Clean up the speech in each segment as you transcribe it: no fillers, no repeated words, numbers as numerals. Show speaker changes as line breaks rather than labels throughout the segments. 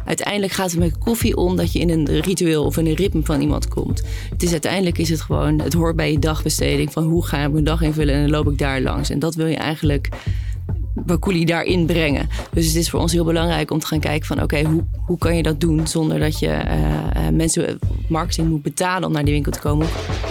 uiteindelijk gaat het met koffie om dat je in een ritueel of in een ritme van iemand komt. Uiteindelijk is het gewoon, het hoort bij je dagbesteding van hoe ga ik mijn dag invullen en dan loop ik daar langs. En dat wil je eigenlijk Wakooli daarin brengen. Dus het is voor ons heel belangrijk om te gaan kijken van oké, hoe kan je dat doen zonder dat je mensen marketing moet betalen om naar die winkel te komen.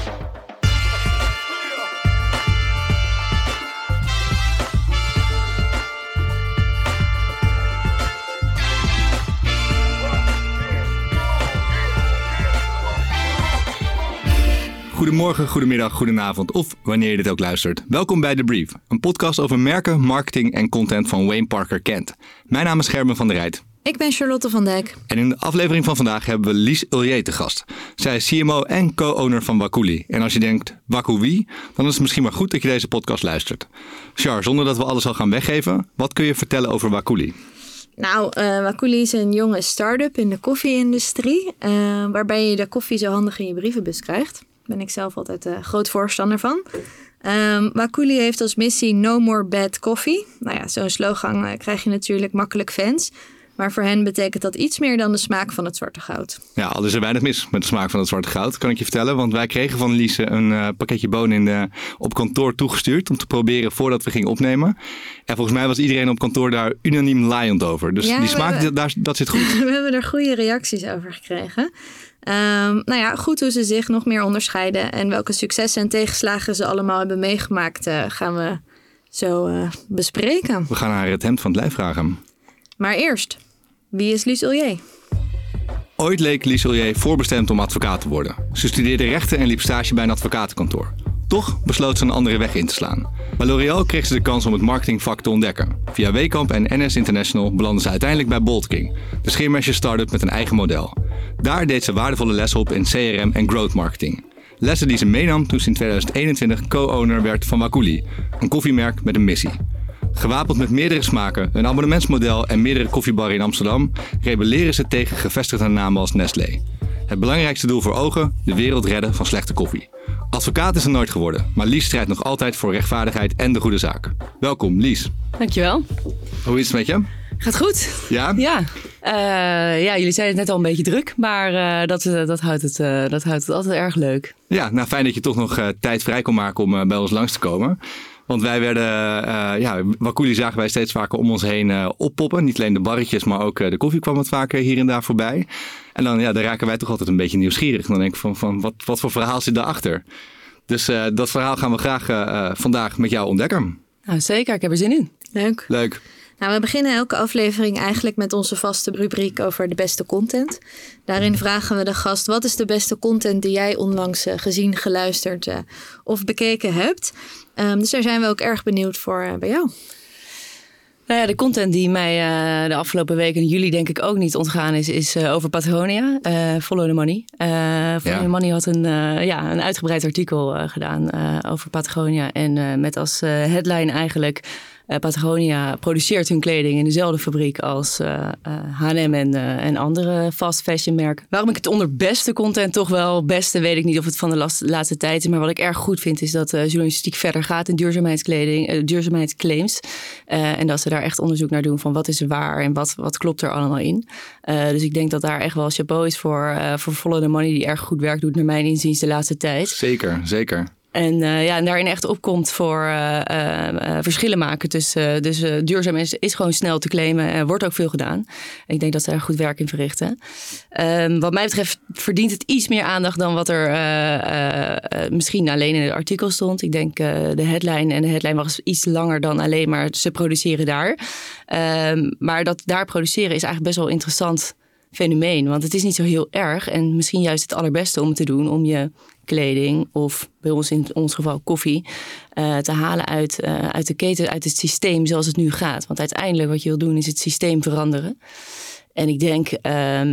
Goedemorgen, goedemiddag, goedenavond of wanneer je dit ook luistert. Welkom bij The Brief, een podcast over merken, marketing en content van Wayne Parker Kent. Mijn naam is Gerben van der Rijt.
Ik ben Charlotte van Dijk.
En in de aflevering van vandaag hebben we Lies Ullier te gast. Zij is CMO en co-owner van Wakooli. En als je denkt, Waku wie? Dan is het misschien maar goed dat je deze podcast luistert. Char, zonder dat we alles al gaan weggeven, wat kun je vertellen over Wakooli?
Nou, Wakooli is een jonge start-up in de koffie-industrie, waarbij je de koffie zo handig in je brievenbus krijgt. Daar ben ik zelf altijd groot voorstander van. Wakooli heeft als missie No More Bad Coffee. Nou ja, zo'n slogan krijg je natuurlijk makkelijk fans. Maar voor hen betekent dat iets meer dan de smaak van het zwarte goud. Ja,
al is er weinig mis met de smaak van het zwarte goud, kan ik je vertellen. Want wij kregen van Lies een pakketje bonen op kantoor toegestuurd om te proberen voordat we gingen opnemen. En volgens mij was iedereen op kantoor daar unaniem laaiend over. Dus ja, die smaak, dat zit goed.
We hebben er goede reacties over gekregen. Goed hoe ze zich nog meer onderscheiden en welke successen en tegenslagen ze allemaal hebben meegemaakt, gaan we zo bespreken.
We gaan haar het hemd van het lijf vragen.
Maar eerst, wie is Lies Ullier?
Ooit leek Lies Ullier voorbestemd om advocaat te worden. Ze studeerde rechten en liep stage bij een advocatenkantoor. Toch besloot ze een andere weg in te slaan. Bij L'Oréal kreeg ze de kans om het marketingvak te ontdekken. Via Wekamp en NS International belandde ze uiteindelijk bij Bold King, de scheermesje-startup met een eigen model. Daar deed ze waardevolle lessen op in CRM en growth marketing. Lessen die ze meenam toen ze in 2021 co-owner werd van Wakooli, een koffiemerk met een missie. Gewapend met meerdere smaken, een abonnementsmodel en meerdere koffiebarren in Amsterdam, rebelleren ze tegen gevestigde namen als Nestlé. Het belangrijkste doel voor ogen, de wereld redden van slechte koffie. Advocaat is er nooit geworden, maar Lies strijdt nog altijd voor rechtvaardigheid en de goede zaak. Welkom, Lies.
Dankjewel.
Hoe is het met je?
Gaat goed.
Ja?
Ja. Jullie zeiden het net al een beetje druk, maar dat houdt het altijd erg leuk.
Ja, nou fijn dat je toch nog tijd vrij kon maken om bij ons langs te komen. Want wij werden, Wakooli zagen wij steeds vaker om ons heen oppoppen. Niet alleen de barretjes, maar ook de koffie kwam wat vaker hier en daar voorbij. En dan raken wij toch altijd een beetje nieuwsgierig. Dan denk ik van wat voor verhaal zit daarachter? Dus dat verhaal gaan we graag vandaag met jou ontdekken.
Nou, zeker, ik heb er zin in.
Leuk. Nou, we beginnen elke aflevering eigenlijk met onze vaste rubriek over de beste content. Daarin vragen we de gast, wat is de beste content die jij onlangs gezien, geluisterd of bekeken hebt? Dus daar zijn we ook erg benieuwd voor bij jou.
Nou ja, de content die mij de afgelopen weken en jullie denk ik ook niet ontgaan is over Patagonia. Follow the Money. Follow the Money had een uitgebreid artikel gedaan over Patagonia. En met als headline eigenlijk Patagonia produceert hun kleding in dezelfde fabriek als H&M en andere fast fashion merken. Waarom ik het onder beste content toch wel, beste weet ik niet of het van de laatste tijd is. Maar wat ik erg goed vind is dat journalistiek verder gaat in duurzaamheidsclaims. En dat ze daar echt onderzoek naar doen van wat is er waar en wat klopt er allemaal in. Dus ik denk dat daar echt wel chapeau is voor Follow the Money die erg goed werk doet naar mijn inziens de laatste tijd.
Zeker.
En daarin echt opkomt voor verschillen maken tussen. Dus duurzaam is gewoon snel te claimen. Er wordt ook veel gedaan. Ik denk dat ze daar goed werk in verrichten. Wat mij betreft verdient het iets meer aandacht dan wat er misschien alleen in het artikel stond. Ik denk de headline was iets langer dan alleen maar ze produceren daar. Maar dat daar produceren is eigenlijk best wel interessant fenomeen. Want het is niet zo heel erg en misschien juist het allerbeste om het te doen om je kleding of bij ons in ons geval koffie te halen uit de keten, uit het systeem zoals het nu gaat. Want uiteindelijk wat je wil doen is het systeem veranderen. En ik denk,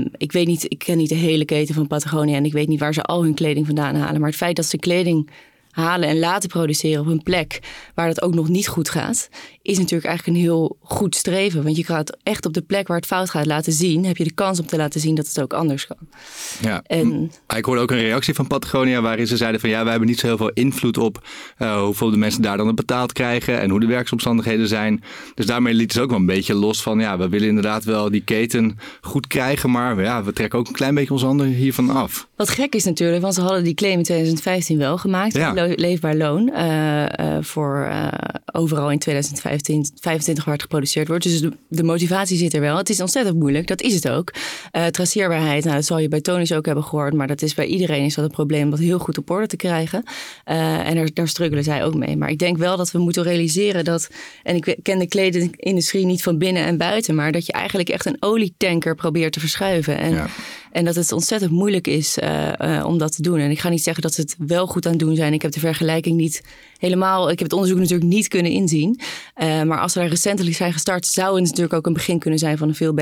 ik ken niet de hele keten van Patagonia en ik weet niet waar ze al hun kleding vandaan halen. Maar het feit dat ze kleding halen en laten produceren op een plek waar dat ook nog niet goed gaat, is natuurlijk eigenlijk een heel goed streven. Want je gaat echt op de plek waar het fout gaat laten zien, heb je de kans om te laten zien dat het ook anders kan.
Ja. Ik hoorde ook een reactie van Patagonia waarin ze zeiden van wij hebben niet zo heel veel invloed op hoeveel de mensen daar dan betaald krijgen en hoe de werksomstandigheden zijn. Dus daarmee lieten ze ook wel een beetje los van we willen inderdaad wel die keten goed krijgen, maar we trekken ook een klein beetje ons handen hiervan af.
Wat gek is natuurlijk, want ze hadden die claim in 2015 wel gemaakt. Ja. Leefbaar loon voor overal in 2025 waar het geproduceerd wordt. Dus de motivatie zit er wel. Het is ontzettend moeilijk, dat is het ook. Traceerbaarheid, dat zal je bij Tony's ook hebben gehoord, maar dat is bij iedereen is dat een probleem om dat heel goed op orde te krijgen. En daar struggelen zij ook mee. Maar ik denk wel dat we moeten realiseren dat, en ik ken de kledingindustrie niet van binnen en buiten, maar dat je eigenlijk echt een olietanker probeert te verschuiven. En dat het ontzettend moeilijk is om dat te doen. En ik ga niet zeggen dat ze het wel goed aan het doen zijn. Ik heb de vergelijking niet helemaal. Ik heb het onderzoek natuurlijk niet kunnen inzien. Maar als ze daar recentelijk zijn gestart, zou het natuurlijk ook een begin kunnen zijn van een veel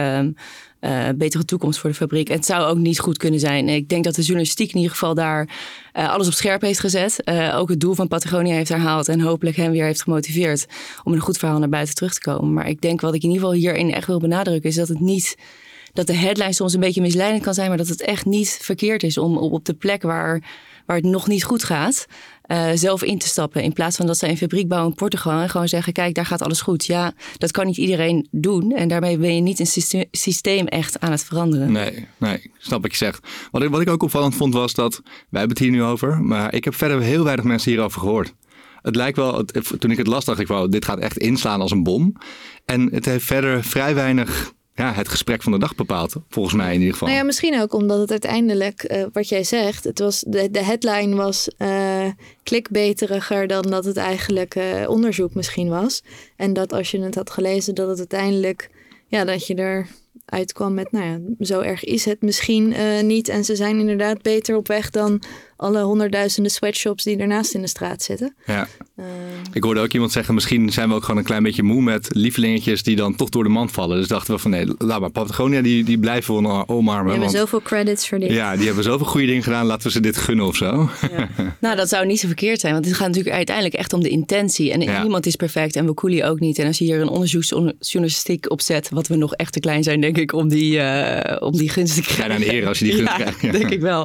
betere toekomst voor de fabriek. En het zou ook niet goed kunnen zijn. Ik denk dat de journalistiek in ieder geval daar alles op scherp heeft gezet. Ook het doel van Patagonia heeft herhaald en hopelijk hem weer heeft gemotiveerd om een goed verhaal naar buiten terug te komen. Maar ik denk wat ik in ieder geval hierin echt wil benadrukken is dat het niet, dat de headline soms een beetje misleidend kan zijn, maar dat het echt niet verkeerd is om op de plek waar het nog niet goed gaat, zelf in te stappen. In plaats van dat ze een fabriek bouwen in Portugal en gewoon zeggen, kijk, daar gaat alles goed. Ja, dat kan niet iedereen doen. En daarmee ben je niet een systeem echt aan het veranderen.
Nee, snap wat je zegt. Wat ik ook opvallend vond was dat, wij hebben het hier nu over, maar ik heb verder heel weinig mensen hierover gehoord. Het lijkt wel, toen ik het las, dacht ik, dit gaat echt inslaan als een bom. En het heeft verder vrij weinig het gesprek van de dag bepaald, volgens mij in ieder geval.
Nou ja, misschien ook omdat het uiteindelijk, wat jij zegt, het was de headline was clickbaiteriger dan dat het eigenlijk onderzoek misschien was. En dat als je het had gelezen, dat het uiteindelijk, dat je er uitkwam met, zo erg is het misschien niet. En ze zijn inderdaad beter op weg dan alle honderdduizenden sweatshops die ernaast in de straat zitten. Ja.
Ik hoorde ook iemand zeggen, misschien zijn we ook gewoon een klein beetje moe met lievelingetjes die dan toch door de mand vallen. Dus dachten we van laat maar, Patagonia die blijven we omarmen.
Die hebben zoveel credits voor dit.
Ja, die hebben zoveel goede dingen gedaan, laten we ze dit gunnen of zo.
Ja. Nou, dat zou niet zo verkeerd zijn, want het gaat natuurlijk uiteindelijk echt om de intentie. En niemand is perfect en Wakouli ook niet. En als je hier een onderzoeksjournalistiek opzet, wat we nog echt te klein zijn, denk ik, om die gunst te krijgen.
Ja, aan de heren als je die gunst krijgt.
Ja, denk ik wel.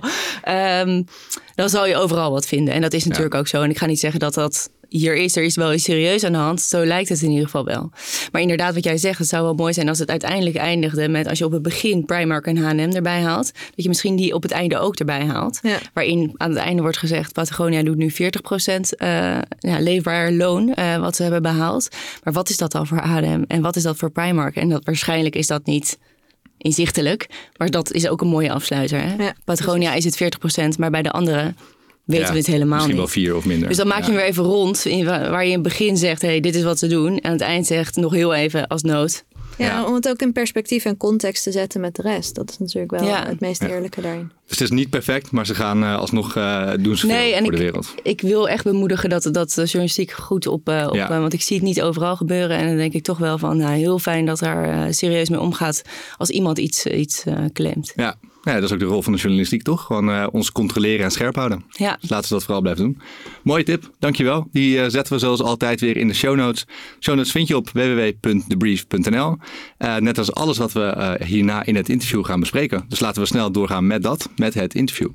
Dan zal je overal wat vinden. En dat is natuurlijk ook zo. En ik ga niet zeggen dat hier is. Er is wel iets serieus aan de hand. Zo lijkt het in ieder geval wel. Maar inderdaad, wat jij zegt, het zou wel mooi zijn als het uiteindelijk eindigde met, als je op het begin Primark en H&M erbij haalt, dat je misschien die op het einde ook erbij haalt. Ja. Waarin aan het einde wordt gezegd, Patagonia doet nu 40% leefbaar loon, wat ze hebben behaald. Maar wat is dat dan voor H&M? En wat is dat voor Primark? En waarschijnlijk is dat niet inzichtelijk. Maar dat is ook een mooie afsluiter. Hè? Ja, Patagonia is het 40%, maar bij de andere weten we het helemaal
misschien
niet.
Misschien wel 4 of minder.
Dus dan maak je hem weer even rond, waar je in het begin zegt, dit is wat ze doen. En aan het eind zegt nog heel even als nood.
Ja, om het ook in perspectief en context te zetten met de rest. Dat is natuurlijk wel het meest eerlijke daarin.
Dus het is niet perfect, maar ze gaan alsnog doen ze veel voor de wereld.
Ik wil echt bemoedigen dat de journalistiek goed op want ik zie het niet overal gebeuren. En dan denk ik toch wel van, heel fijn dat daar serieus mee omgaat als iemand iets claimt.
Ja. Ja, dat is ook de rol van de journalistiek, toch? Gewoon ons controleren en scherp houden. Ja. Dus laten we dat vooral blijven doen. Mooie tip, dankjewel. Die zetten we zoals altijd weer in de show notes. Show notes vind je op www.thebrief.nl. Net als alles wat we hierna in het interview gaan bespreken. Dus laten we snel doorgaan met het interview.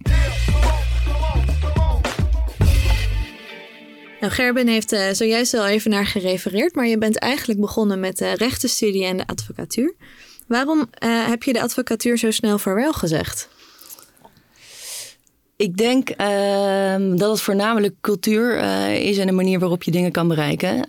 Nou, Gerben heeft zojuist al even naar gerefereerd, maar je bent eigenlijk begonnen met de rechtenstudie en de advocatuur. Waarom heb je de advocatuur zo snel vaarwel gezegd?
Ik denk dat het voornamelijk cultuur is en de manier waarop je dingen kan bereiken.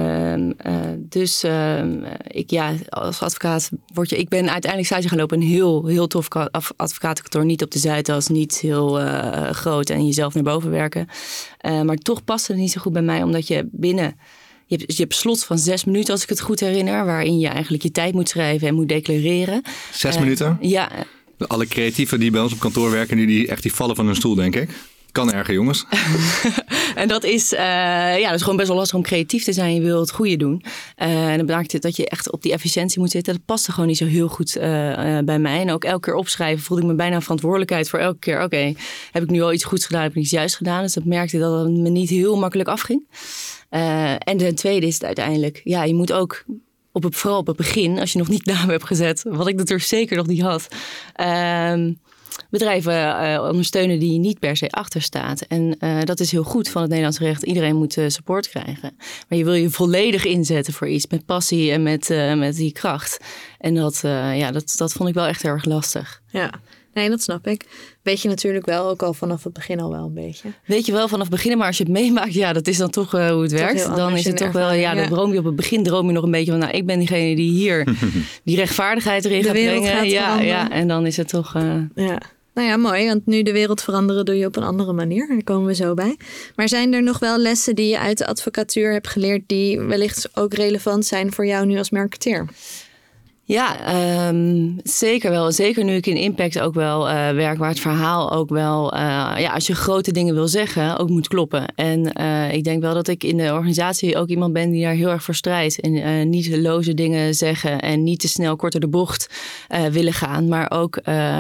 Als advocaat ik ben uiteindelijk stage gaan lopen in een heel tof advocatenkantoor. Niet op de Zuidas, niet heel groot en jezelf naar boven werken. Maar toch paste het niet zo goed bij mij, omdat je binnen... Je hebt slot van 6 minuten, als ik het goed herinner, waarin je eigenlijk je tijd moet schrijven en moet declareren.
6 minuten?
Ja.
Alle creatieven die bij ons op kantoor werken, die vallen van hun stoel, denk ik. Kan erger, jongens.
En dat is, dat is gewoon best wel lastig om creatief te zijn. Je wil het goede doen. En dat betekent dat je echt op die efficiëntie moet zitten. Dat paste gewoon niet zo heel goed bij mij. En ook elke keer opschrijven voelde ik me bijna verantwoordelijkheid voor elke keer. Oké, heb ik nu al iets goeds gedaan, heb ik iets juist gedaan. Dus dat merkte dat het me niet heel makkelijk afging. En ten tweede is het uiteindelijk, je moet ook vooral op het begin, als je nog niet naam hebt gezet, wat ik natuurlijk zeker nog niet had, bedrijven ondersteunen die niet per se achter staat. En dat is heel goed van het Nederlands recht. Iedereen moet support krijgen. Maar je wil je volledig inzetten voor iets met passie en met die kracht. En dat vond ik wel echt heel erg lastig.
Ja. Nee, dat snap ik. Weet je natuurlijk wel, ook al vanaf het begin al wel een beetje.
Weet je wel vanaf het begin, maar als je het meemaakt, dat is dan toch hoe het werkt. Dan is het toch wel, dan droom je op het begin nog een beetje van, ik ben diegene die hier die rechtvaardigheid erin gaat brengen. Ja, en dan is het toch...
Ja. Nou ja, mooi, want nu de wereld veranderen doe je op een andere manier. Daar komen we zo bij. Maar zijn er nog wel lessen die je uit de advocatuur hebt geleerd die wellicht ook relevant zijn voor jou nu als marketeer?
Ja, zeker wel. Zeker nu ik in Impact ook wel werk, waar het verhaal ook wel, als je grote dingen wil zeggen, ook moet kloppen. En ik denk wel dat ik in de organisatie ook iemand ben die daar heel erg voor strijdt. En niet loze dingen zeggen en niet te snel kort door de bocht willen gaan. Maar ook,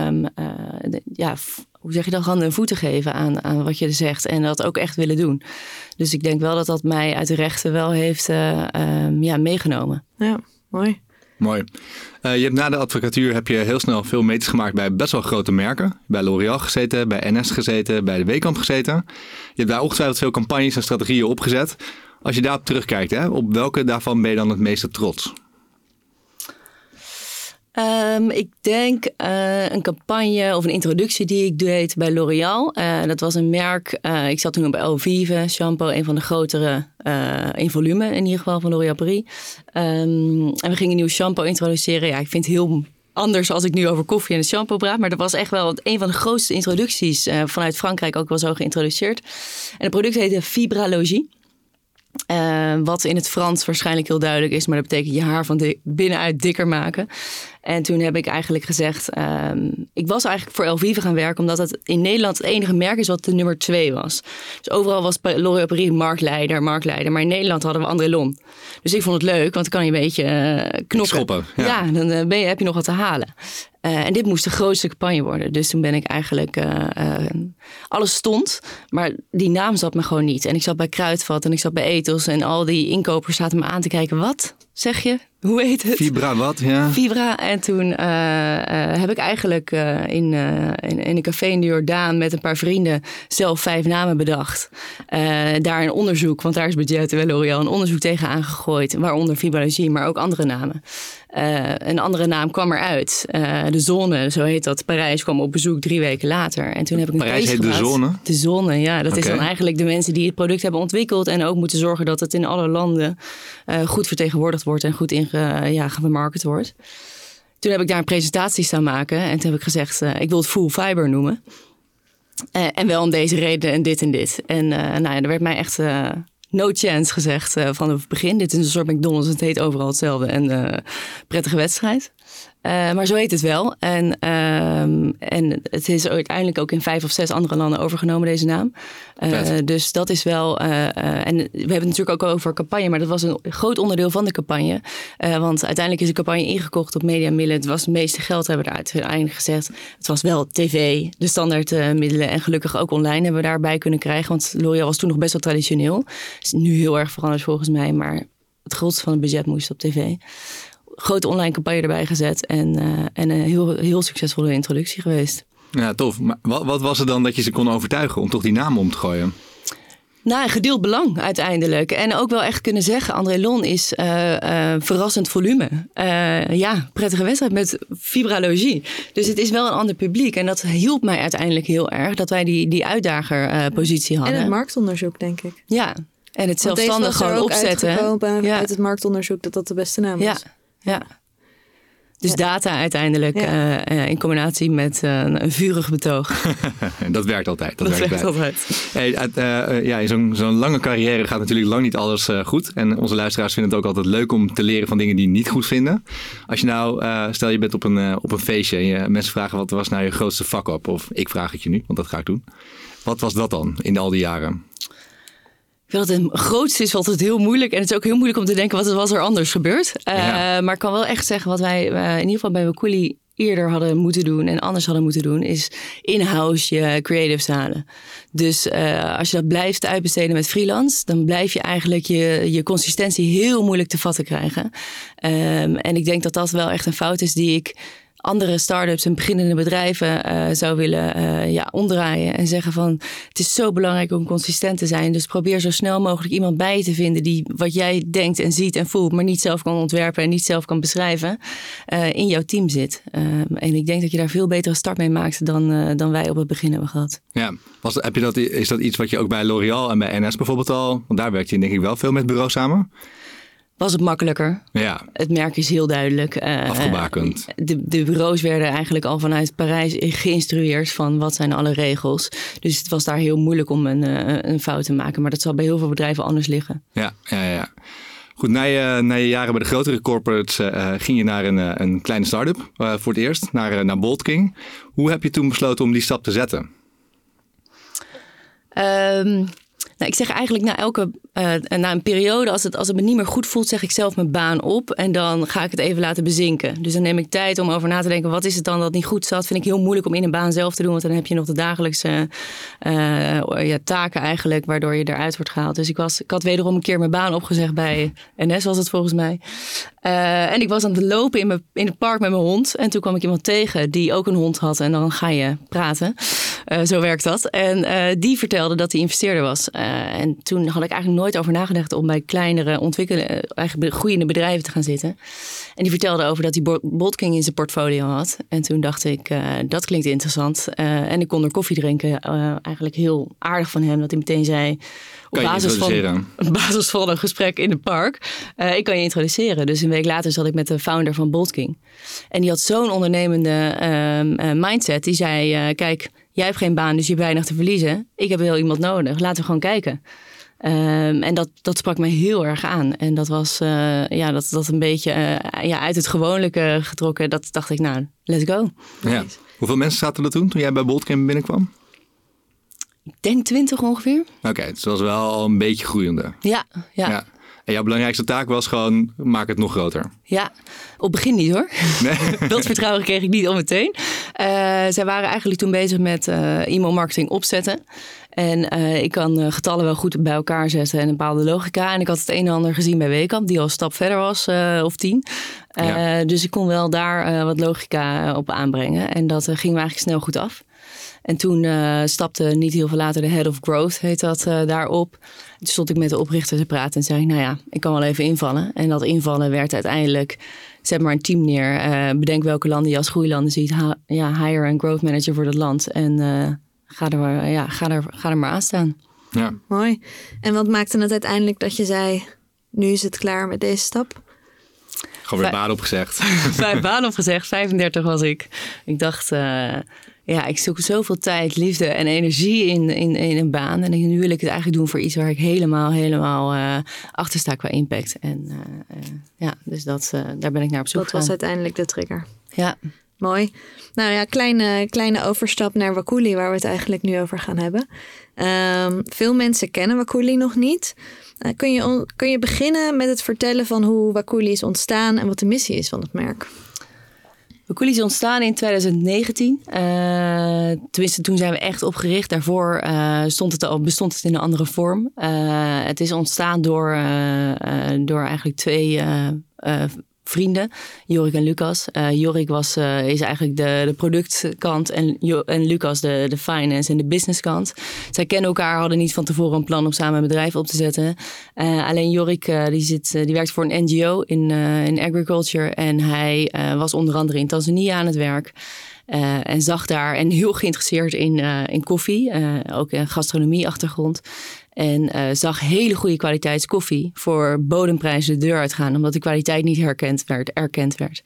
hoe zeg je dan, handen en voeten geven aan wat je zegt. En dat ook echt willen doen. Dus ik denk wel dat dat mij uit de rechten wel heeft meegenomen.
Ja, mooi.
Mooi. Je hebt na de advocatuur heel snel veel meters gemaakt bij best wel grote merken. Bij L'Oréal gezeten, bij NS gezeten, bij de Weekamp gezeten. Je hebt daar ongetwijfeld veel campagnes en strategieën opgezet. Als je daarop terugkijkt, op welke daarvan ben je dan het meeste trots?
Ik denk een campagne of een introductie die ik deed bij L'Oréal. Dat was een merk, ik zat toen op Elvive shampoo, een van de grotere in volume in ieder geval van L'Oréal Paris. En we gingen een nieuw shampoo introduceren. Ja, ik vind het heel anders als ik nu over koffie en het shampoo praat. Maar dat was echt wel een van de grootste introducties vanuit Frankrijk ook wel zo geïntroduceerd. En het product heette Fibralogie. Wat in het Frans waarschijnlijk heel duidelijk is, maar dat betekent je haar van binnenuit dikker maken. En toen heb ik eigenlijk gezegd, ik was eigenlijk voor Elvive gaan werken, omdat het in Nederland het enige merk is wat de nummer 2 was. Dus overal was L'Oréal Paris marktleider. Maar in Nederland hadden we Andrelon. Dus ik vond het leuk, want dan kan je een beetje knokken.
Schoppen.
Ja, dan heb je nog wat te halen. En dit moest de grootste campagne worden. Dus toen ben ik eigenlijk... alles stond, maar die naam zat me gewoon niet. En ik zat bij Kruidvat en ik zat bij Ethos en al die inkopers zaten me aan te kijken. Wat, zeg je? Hoe heet het?
Fibra wat, ja.
Fibra. En toen heb ik eigenlijk in een café in de Jordaan met een paar vrienden zelf 5 namen bedacht. Daar een onderzoek, want daar is budget bij L'Oréal, een onderzoek tegen aangegooid. Waaronder Fibralogie, maar ook andere namen. Een andere naam kwam eruit. De Zone, zo heet dat. Parijs kwam op bezoek 3 weken later. En toen heb ik een
Parijs heet de Zone?
De Zone, ja. Dat is dan eigenlijk de mensen die het product hebben ontwikkeld en ook moeten zorgen dat het in alle landen goed vertegenwoordigd wordt en goed gemarket wordt. Toen heb ik daar een presentatie staan maken en toen heb ik gezegd, ik wil het Full Fiber noemen. En wel om deze reden en dit en dit. En er werd mij echt no chance gezegd van het begin. Dit is een soort McDonald's, het heet overal hetzelfde en prettige wedstrijd. Maar zo heet het wel. En het is uiteindelijk ook in 5 of 6 andere landen overgenomen, deze naam. Dus dat is wel... en we hebben het natuurlijk ook over campagne, maar dat was een groot onderdeel van de campagne. Want uiteindelijk is de campagne ingekocht op mediamiddelen. Het was het meeste geld, hebben we uiteindelijk gezegd. Het was wel tv, de standaard middelen. En gelukkig ook online hebben we daarbij kunnen krijgen. Want L'Oréal was toen nog best wel traditioneel. Het is nu heel erg veranderd volgens mij, maar het grootste van het budget moest op tv. Grote online campagne erbij gezet en een heel succesvolle introductie geweest. Ja,
tof. Maar wat was het dan dat je ze kon overtuigen om toch die naam om te gooien?
Nou, een gedeeld belang uiteindelijk. En ook wel echt kunnen zeggen, Andrelon is verrassend volume. Prettige wedstrijd met Fibralogie. Dus het is wel een ander publiek. En dat hielp mij uiteindelijk heel erg dat wij die uitdagerpositie hadden.
En het marktonderzoek, denk ik.
Ja, en het zelfstandig gewoon opzetten.
Uit het marktonderzoek dat de beste naam was.
Ja. Dus data uiteindelijk in combinatie met een vurig betoog.
Dat werkt altijd.
Dat werkt altijd.
Hey, in zo'n lange carrière gaat natuurlijk lang niet alles goed. En onze luisteraars vinden het ook altijd leuk om te leren van dingen die niet goed vinden. Als je nou, stel je bent op een feestje en mensen vragen wat was nou je grootste fuck-up? Of ik vraag het je nu, want dat ga ik doen. Wat was dat dan in al die jaren?
Het grootste is altijd heel moeilijk. En het is ook heel moeilijk om te denken, wat was er anders gebeurd? Maar ik kan wel echt zeggen, wat wij in ieder geval bij Wakooli eerder hadden moeten doen en anders hadden moeten doen, is in-house je creatives halen. Dus als je dat blijft uitbesteden met freelance, dan blijf je eigenlijk je consistentie heel moeilijk te vatten krijgen. En ik denk dat dat wel echt een fout is die ik andere start-ups en beginnende bedrijven zou willen omdraaien. En zeggen van, het is zo belangrijk om consistent te zijn. Dus probeer zo snel mogelijk iemand bij je te vinden die wat jij denkt en ziet en voelt, maar niet zelf kan ontwerpen en niet zelf kan beschrijven, in jouw team zit. En ik denk dat je daar veel betere start mee maakt dan wij op het begin hebben gehad.
Ja, is dat iets wat je ook bij L'Oréal en bij NS bijvoorbeeld al, want daar werkt je denk ik wel veel met bureaus samen?
Was het makkelijker.
Ja.
Het merk is heel duidelijk.
Afgebakend.
De bureaus werden eigenlijk al vanuit Parijs geïnstrueerd van wat zijn alle regels. Dus het was daar heel moeilijk om een fout te maken. Maar dat zal bij heel veel bedrijven anders liggen.
Ja. Goed, na je jaren bij de grotere corporates ging je naar een kleine start-up voor het eerst. Naar Bold King. Hoe heb je toen besloten om die stap te zetten?
Ik zeg eigenlijk na een periode, als het me niet meer goed voelt, zeg ik zelf mijn baan op. En dan ga ik het even laten bezinken. Dus dan neem ik tijd om over na te denken, wat is het dan dat niet goed zat? Vind ik heel moeilijk om in een baan zelf te doen. Want dan heb je nog de dagelijkse taken eigenlijk, waardoor je eruit wordt gehaald. Dus ik had wederom een keer mijn baan opgezegd bij NS, was het volgens mij. En ik was aan het lopen in het park met mijn hond. En toen kwam ik iemand tegen die ook een hond had. En dan ga je praten. Zo werkt dat. En die vertelde dat hij investeerder was. En toen had ik eigenlijk nooit over nagedacht om bij kleinere eigenlijk groeiende bedrijven te gaan zitten. En die vertelde over dat hij Bold King in zijn portfolio had. En toen dacht ik, dat klinkt interessant. En ik kon er koffie drinken. Eigenlijk heel aardig van hem dat hij meteen zei, op basis van een gesprek in het park, ik kan je introduceren. Dus een week later zat ik met de founder van Bold King. En die had zo'n ondernemende mindset. Die zei, kijk, jij hebt geen baan, dus je hebt weinig te verliezen. Ik heb wel iemand nodig. Laten we gewoon kijken. En dat sprak me heel erg aan. En dat was dat een beetje uit het gewone getrokken. Dat dacht ik, nou, let's go.
Ja. Hoeveel mensen zaten er toen jij bij Bold King binnenkwam?
Ik denk 20 ongeveer.
Oké, dus dat was wel al een beetje groeiende.
Ja.
En jouw belangrijkste taak was gewoon, maak het nog groter.
Ja, op het begin niet hoor. Nee. Dat vertrouwen kreeg ik niet al meteen. Zij waren eigenlijk toen bezig met e-mailmarketing opzetten. En ik kan getallen wel goed bij elkaar zetten en een bepaalde logica. En ik had het een en ander gezien bij Wekamp, die al een stap verder was, of 10. Dus ik kon wel daar wat logica op aanbrengen. En dat ging me eigenlijk snel goed af. En toen stapte niet heel veel later de Head of Growth, heet dat, daarop. Toen stond ik met de oprichter te praten en zei ik, nou ja, ik kan wel even invallen. En dat invallen werd uiteindelijk, zet maar een team neer. Bedenk welke landen je als groeilanden ziet. Hire een growth manager voor dat land. En ga er maar aan staan.
Ja. Mooi. En wat maakte het uiteindelijk dat je zei, nu is het klaar met deze stap?
Gewoon weer baan opgezegd.
5 baan opgezegd, 35 was ik. Ik dacht, ik zoek zoveel tijd, liefde en energie in een baan. En nu wil ik het eigenlijk doen voor iets waar ik helemaal achter sta qua impact. En dus daar ben ik naar op zoek.
Dat was uiteindelijk de trigger.
Ja.
Mooi. Nou ja, kleine overstap naar Wakooli, waar we het eigenlijk nu over gaan hebben. Veel mensen kennen Wakooli nog niet. Kun je beginnen met het vertellen van hoe Wakooli is ontstaan en wat de missie is van het merk?
Wakooli is ontstaan in 2019. Tenminste, toen zijn we echt opgericht. Daarvoor bestond het in een andere vorm. Het is ontstaan door eigenlijk 2 vrienden, Jorik en Lucas. Jorik is eigenlijk de productkant en Lucas de finance en de businesskant. Zij kennen elkaar, hadden niet van tevoren een plan om samen een bedrijf op te zetten. Alleen Jorik die werkt voor een NGO in agriculture en hij was onder andere in Tanzania aan het werk. En zag daar en heel geïnteresseerd in koffie, ook een gastronomie-achtergrond. En zag hele goede kwaliteitskoffie voor bodemprijzen de deur uitgaan, omdat de kwaliteit niet erkend werd.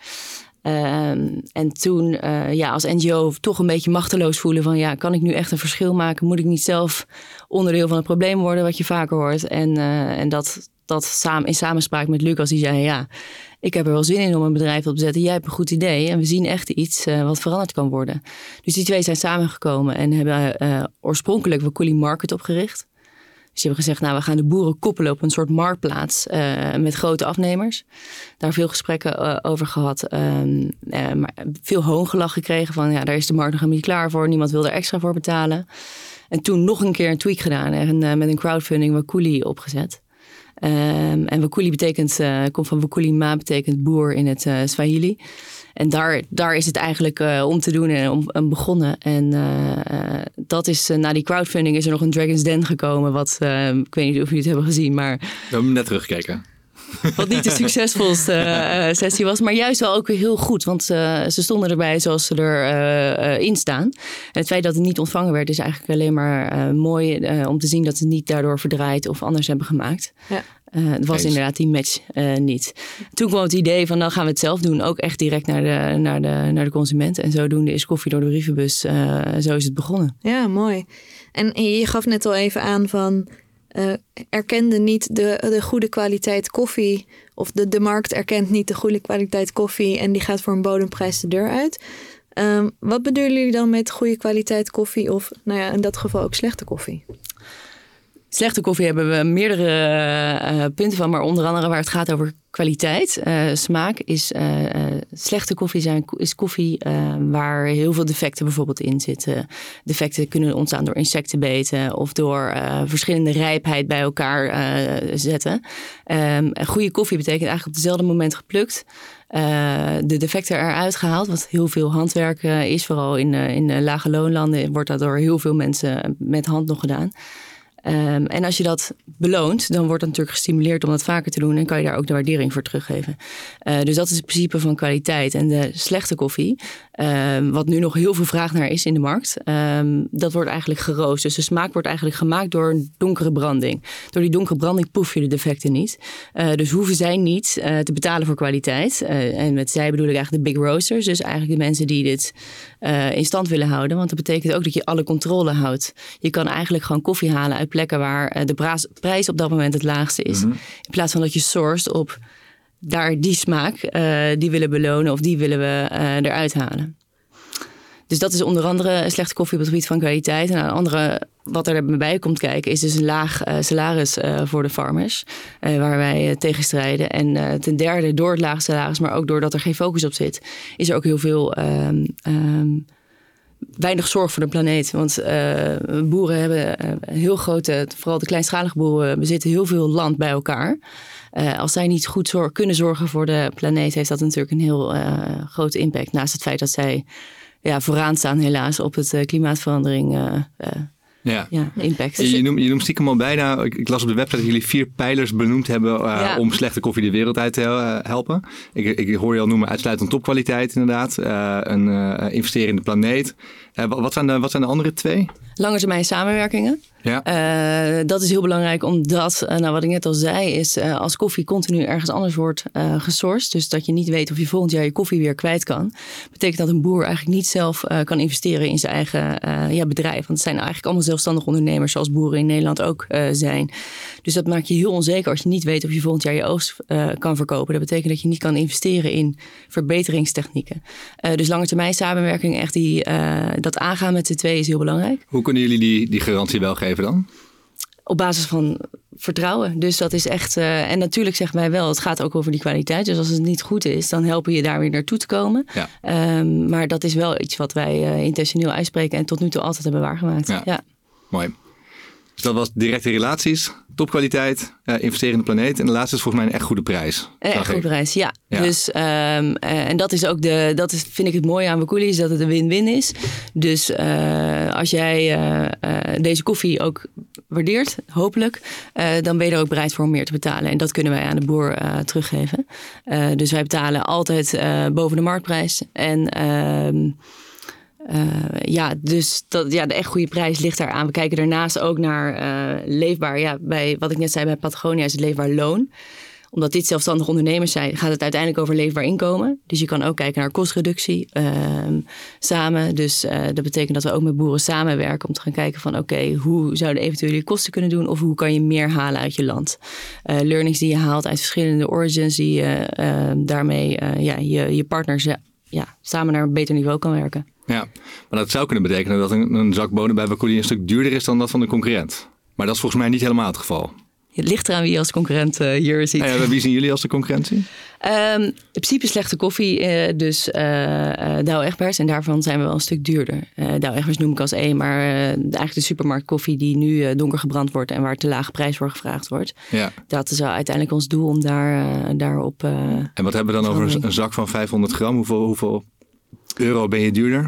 En toen als NGO toch een beetje machteloos voelen van kan ik nu echt een verschil maken? Moet ik niet zelf onderdeel van het probleem worden, wat je vaker hoort? En dat in samenspraak met Lucas, die zei ik heb er wel zin in om een bedrijf op te zetten. Jij hebt een goed idee en we zien echt iets wat veranderd kan worden. Dus die 2 zijn samengekomen en hebben oorspronkelijk Wakooli Market opgericht. Dus die hebben gezegd, we gaan de boeren koppelen op een soort marktplaats met grote afnemers. Daar veel gesprekken over gehad. Maar veel hoongelach gekregen van, daar is de markt nog helemaal niet klaar voor. Niemand wil er extra voor betalen. En toen nog een keer een tweak gedaan en met een crowdfunding Wakuli opgezet. En Wakuli komt van Wakuli Ma, betekent boer in het Swahili. En daar is het eigenlijk om te doen en om begonnen. En dat is, na die crowdfunding is er nog een Dragon's Den gekomen. Wat, ik weet niet of jullie het hebben gezien, maar...
We hebben net teruggekeken.
Wat niet de succesvolste sessie was, maar juist wel ook weer heel goed. Want ze stonden erbij zoals ze erin staan. En het feit dat het niet ontvangen werd is eigenlijk alleen maar mooi om te zien dat ze het niet daardoor verdraaid of anders hebben gemaakt. Ja. Het was inderdaad die match niet. Toen kwam het idee van, dan gaan we het zelf doen. Ook echt direct naar de consument. En zodoende is koffie door de brievenbus. Zo is het begonnen.
Ja, mooi. En je gaf net al even aan van... erkende niet de goede kwaliteit koffie... of de markt erkent niet de goede kwaliteit koffie... en die gaat voor een bodemprijs de deur uit. Wat bedoelen jullie dan met goede kwaliteit koffie... of in dat geval ook slechte koffie?
Slechte koffie hebben we meerdere punten van, maar onder andere waar het gaat over kwaliteit, smaak, is slechte koffie is koffie waar heel veel defecten bijvoorbeeld in zitten. Defecten kunnen ontstaan door insectenbeten of door verschillende rijpheid bij elkaar zetten. Goede koffie betekent eigenlijk op hetzelfde moment geplukt. De defecten eruit gehaald, wat heel veel handwerk is, vooral in lage loonlanden wordt dat door heel veel mensen met hand nog gedaan. En als je dat beloont, dan wordt het natuurlijk gestimuleerd om dat vaker te doen en kan je daar ook de waardering voor teruggeven. Dus dat is het principe van kwaliteit. En de slechte koffie, wat nu nog heel veel vraag naar is in de markt, dat wordt eigenlijk geroost. Dus de smaak wordt eigenlijk gemaakt door een donkere branding. Door die donkere branding proef je de defecten niet. Dus hoeven zij niet te betalen voor kwaliteit. En met zij bedoel ik eigenlijk de big roasters. Dus eigenlijk de mensen die dit in stand willen houden. Want dat betekent ook dat je alle controle houdt. Je kan eigenlijk gewoon koffie halen uit plekken waar de prijs op dat moment het laagste is. Mm-hmm. In plaats van dat je sourced op daar die smaak, die willen belonen of die willen we eruit halen. Dus dat is onder andere slechte koffie op het gebied van kwaliteit. En een andere wat er bij komt kijken is dus een laag salaris voor de farmers. Waar wij tegen strijden. En ten derde door het laag salaris, maar ook doordat er geen focus op zit, is er ook heel veel weinig zorg voor de planeet. Want boeren hebben heel grote, vooral de kleinschalige boeren, bezitten heel veel land bij elkaar. Als zij niet goed kunnen zorgen voor de planeet, heeft dat natuurlijk een heel grote impact. Naast het feit dat zij vooraan staan helaas op het klimaatverandering impact.
Je noemt stiekem al bijna, ik las op de website dat jullie 4 pijlers benoemd hebben om slechte koffie de wereld uit te helpen. Ik hoor je al noemen uitsluitend topkwaliteit inderdaad. Investeren in de planeet. Wat zijn de andere 2?
Lange termijn samenwerkingen. Ja. Dat is heel belangrijk omdat, wat ik net al zei, is als koffie continu ergens anders wordt gesourced. Dus dat je niet weet of je volgend jaar je koffie weer kwijt kan. Betekent dat een boer eigenlijk niet zelf kan investeren in zijn eigen bedrijf. Want het zijn eigenlijk allemaal zelfstandig ondernemers zoals boeren in Nederland ook zijn. Dus dat maakt je heel onzeker als je niet weet of je volgend jaar je oogst kan verkopen. Dat betekent dat je niet kan investeren in verbeteringstechnieken. Dus lange termijn samenwerking, echt dat aangaan met de 2 is heel belangrijk.
Hoe kunnen jullie die garantie wel geven dan?
Op basis van vertrouwen. Dus dat is echt... en natuurlijk zeggen wij wel, het gaat ook over die kwaliteit. Dus als het niet goed is, dan helpen je daar weer naartoe te komen. Ja. Maar dat is wel iets wat wij intentioneel uitspreken en tot nu toe altijd hebben waargemaakt. Ja.
Mooi. Dus dat was directe relaties, topkwaliteit, investeren in de planeet. En de laatste is volgens mij een echt goede prijs.
Een echt goede prijs, ja. Dus, en dat is ook vind ik het mooie aan Wakuli, is dat het een win-win is. Dus als jij deze koffie ook waardeert, hopelijk, dan ben je er ook bereid voor om meer te betalen. En dat kunnen wij aan de boer teruggeven. Dus wij betalen altijd boven de marktprijs. En dus de echt goede prijs ligt daar aan. We kijken daarnaast ook naar leefbaar. Ja, bij wat ik net zei bij Patagonia is het leefbaar loon. Omdat dit zelfstandig ondernemers zijn, gaat het uiteindelijk over leefbaar inkomen. Dus je kan ook kijken naar kostreductie samen. Dus dat betekent dat we ook met boeren samenwerken om te gaan kijken van oké, hoe zouden eventueel je kosten kunnen doen of hoe kan je meer halen uit je land. Learnings die je haalt uit verschillende origins die je daarmee je partners samen naar een beter niveau kan werken.
Ja, maar dat zou kunnen betekenen dat een zak bonen bij Wakuli een stuk duurder is dan dat van de concurrent. Maar dat is volgens mij niet helemaal het geval.
Het ligt eraan wie je als concurrent hier ziet.
Ja, wie zien jullie als de concurrentie?
In principe slechte koffie, dus Douwe Egberts. En daarvan zijn we wel een stuk duurder. Douwe Egberts noem ik als één, maar eigenlijk de supermarktkoffie die nu donker gebrand wordt en waar te lage prijs voor gevraagd wordt. Ja. Dat is uiteindelijk ons doel om daarop...
En wat hebben we dan over een zak van 500 gram? Hoeveel euro ben je duurder?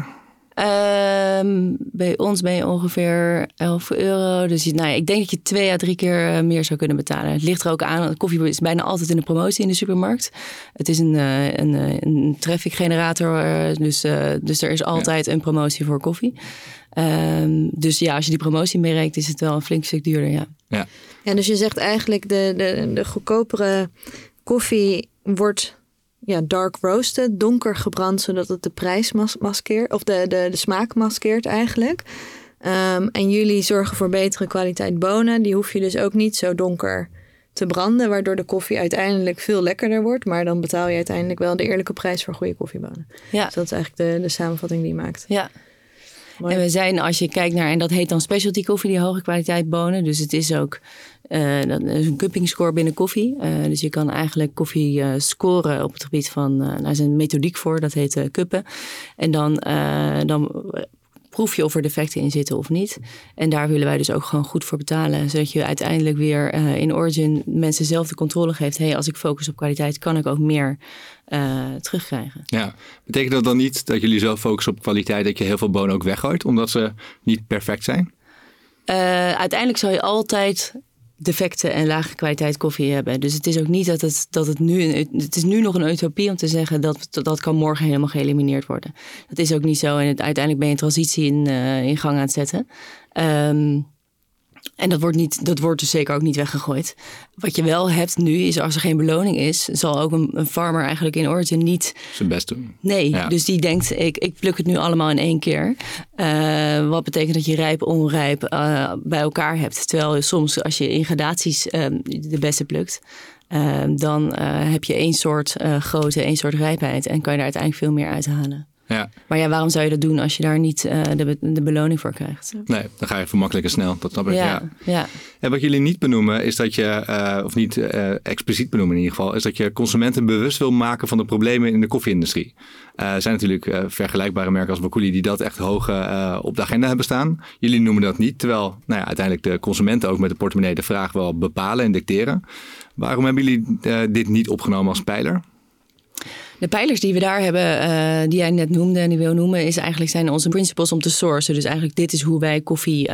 Bij ons ben je ongeveer €11. Dus ik denk dat je 2 à 3 keer meer zou kunnen betalen. Het ligt er ook aan. Koffie is bijna altijd in de promotie in de supermarkt. Het is een traffic generator. Dus er is altijd een promotie voor koffie. Dus ja, als je die promotie meerekent, is het wel een flink stuk duurder. Ja,
dus je zegt eigenlijk de goedkopere koffie wordt... Ja, dark roasted, donker gebrand, zodat het de prijs maskeert, of de smaak maskeert eigenlijk. En jullie zorgen voor betere kwaliteit bonen. Die hoef je dus ook niet zo donker te branden, waardoor de koffie uiteindelijk veel lekkerder wordt. Maar dan betaal je uiteindelijk wel de eerlijke prijs voor goede koffiebonen. Ja. Dus dat is eigenlijk de samenvatting die je maakt.
Ja. Mooi. En we zijn, als je kijkt naar, en dat heet dan specialty koffie, die hoge kwaliteit bonen. Dus het is ook dat is een cupping score binnen koffie. Dus je kan eigenlijk koffie scoren op het gebied van, daar is een methodiek voor, dat heet cuppen. En dan proef je of er defecten in zitten of niet. En daar willen wij dus ook gewoon goed voor betalen. Zodat je uiteindelijk weer in Origin mensen zelf de controle geeft. Hey, als ik focus op kwaliteit, kan ik ook meer terugkrijgen. Ja,
betekent dat dan niet dat jullie zelf focussen op kwaliteit, dat je heel veel bonen ook weggooit, omdat ze niet perfect zijn?
Uiteindelijk zal je altijd defecten en lage kwaliteit koffie hebben. Dus het is ook niet dat het nu... Het is nu nog een utopie om te zeggen dat kan morgen helemaal geëlimineerd worden. Dat is ook niet zo. En uiteindelijk ben je een transitie in gang aan het zetten. En dat wordt dus zeker ook niet weggegooid. Wat je wel hebt nu is, als er geen beloning is, zal ook een farmer eigenlijk in Origin niet
zijn best doen.
Nee, ja. Dus die denkt, ik pluk het nu allemaal in 1 keer. Wat betekent dat je rijp, onrijp bij elkaar hebt. Terwijl soms als je in gradaties de beste plukt, dan heb je 1 soort grootte, 1 soort rijpheid en kan je daar uiteindelijk veel meer uithalen. Ja. Maar ja, waarom zou je dat doen als je daar niet de beloning voor krijgt?
Nee, dan ga je voor makkelijk en snel. Dat snap ik. Ja. En wat jullie niet benoemen is dat je, of niet expliciet benoemen in ieder geval, is dat je consumenten bewust wil maken van de problemen in de koffie-industrie. Er zijn natuurlijk vergelijkbare merken als Wakooli die dat echt hoog op de agenda hebben staan. Jullie noemen dat niet, terwijl uiteindelijk de consumenten ook met de portemonnee de vraag wel bepalen en dicteren. Waarom hebben jullie dit niet opgenomen als pijler?
De pijlers die we daar hebben, die jij net noemde en die wil noemen, zijn onze principles om te sourcen. Dus eigenlijk dit is hoe wij koffie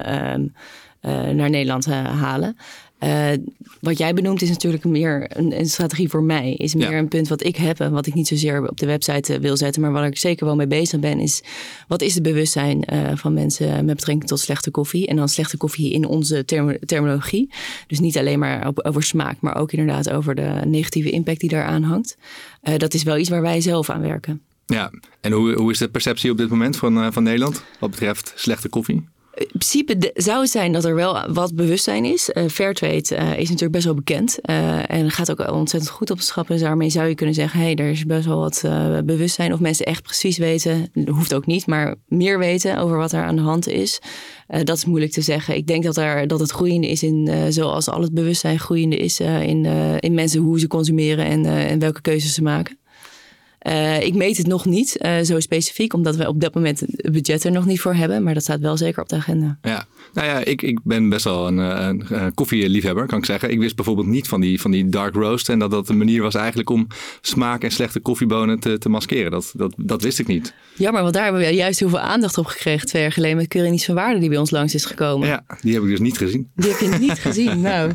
naar Nederland halen. Wat jij benoemt is natuurlijk meer een strategie voor mij. Is meer een punt wat ik heb en wat ik niet zozeer op de website wil zetten. Maar waar ik zeker wel mee bezig ben is, wat is het bewustzijn van mensen met betrekking tot slechte koffie? En dan slechte koffie in onze terminologie. Dus niet alleen maar over smaak, maar ook inderdaad over de negatieve impact die daaraan hangt. Dat is wel iets waar wij zelf aan werken. Ja, en hoe is de perceptie op dit moment van Nederland wat betreft slechte koffie? In principe zou het zijn dat er wel wat bewustzijn is. Fairtrade is natuurlijk best wel bekend. En gaat ook ontzettend goed op de schappen. Dus daarmee zou je kunnen zeggen, er is best wel wat bewustzijn. Of mensen echt precies weten, dat hoeft ook niet, maar meer weten over wat er aan de hand is. Dat is moeilijk te zeggen. Ik denk dat het groeiende is zoals al het bewustzijn groeiende is in mensen, hoe ze consumeren en welke keuzes ze maken. Ik meet het nog niet zo specifiek, omdat we op dat moment het budget er nog niet voor hebben. Maar dat staat wel zeker op de agenda. Ja, nou ja, ik ben best wel een koffieliefhebber, kan ik zeggen. Ik wist bijvoorbeeld niet van die dark roast en dat een manier was eigenlijk om smaak en slechte koffiebonen te maskeren. Dat wist ik niet. Jammer, want daar hebben we juist heel veel aandacht op gekregen 2 jaar geleden met Keuring Niets van Waarde die bij ons langs is gekomen. Ja, die heb ik dus niet gezien. Die heb je niet gezien, nou.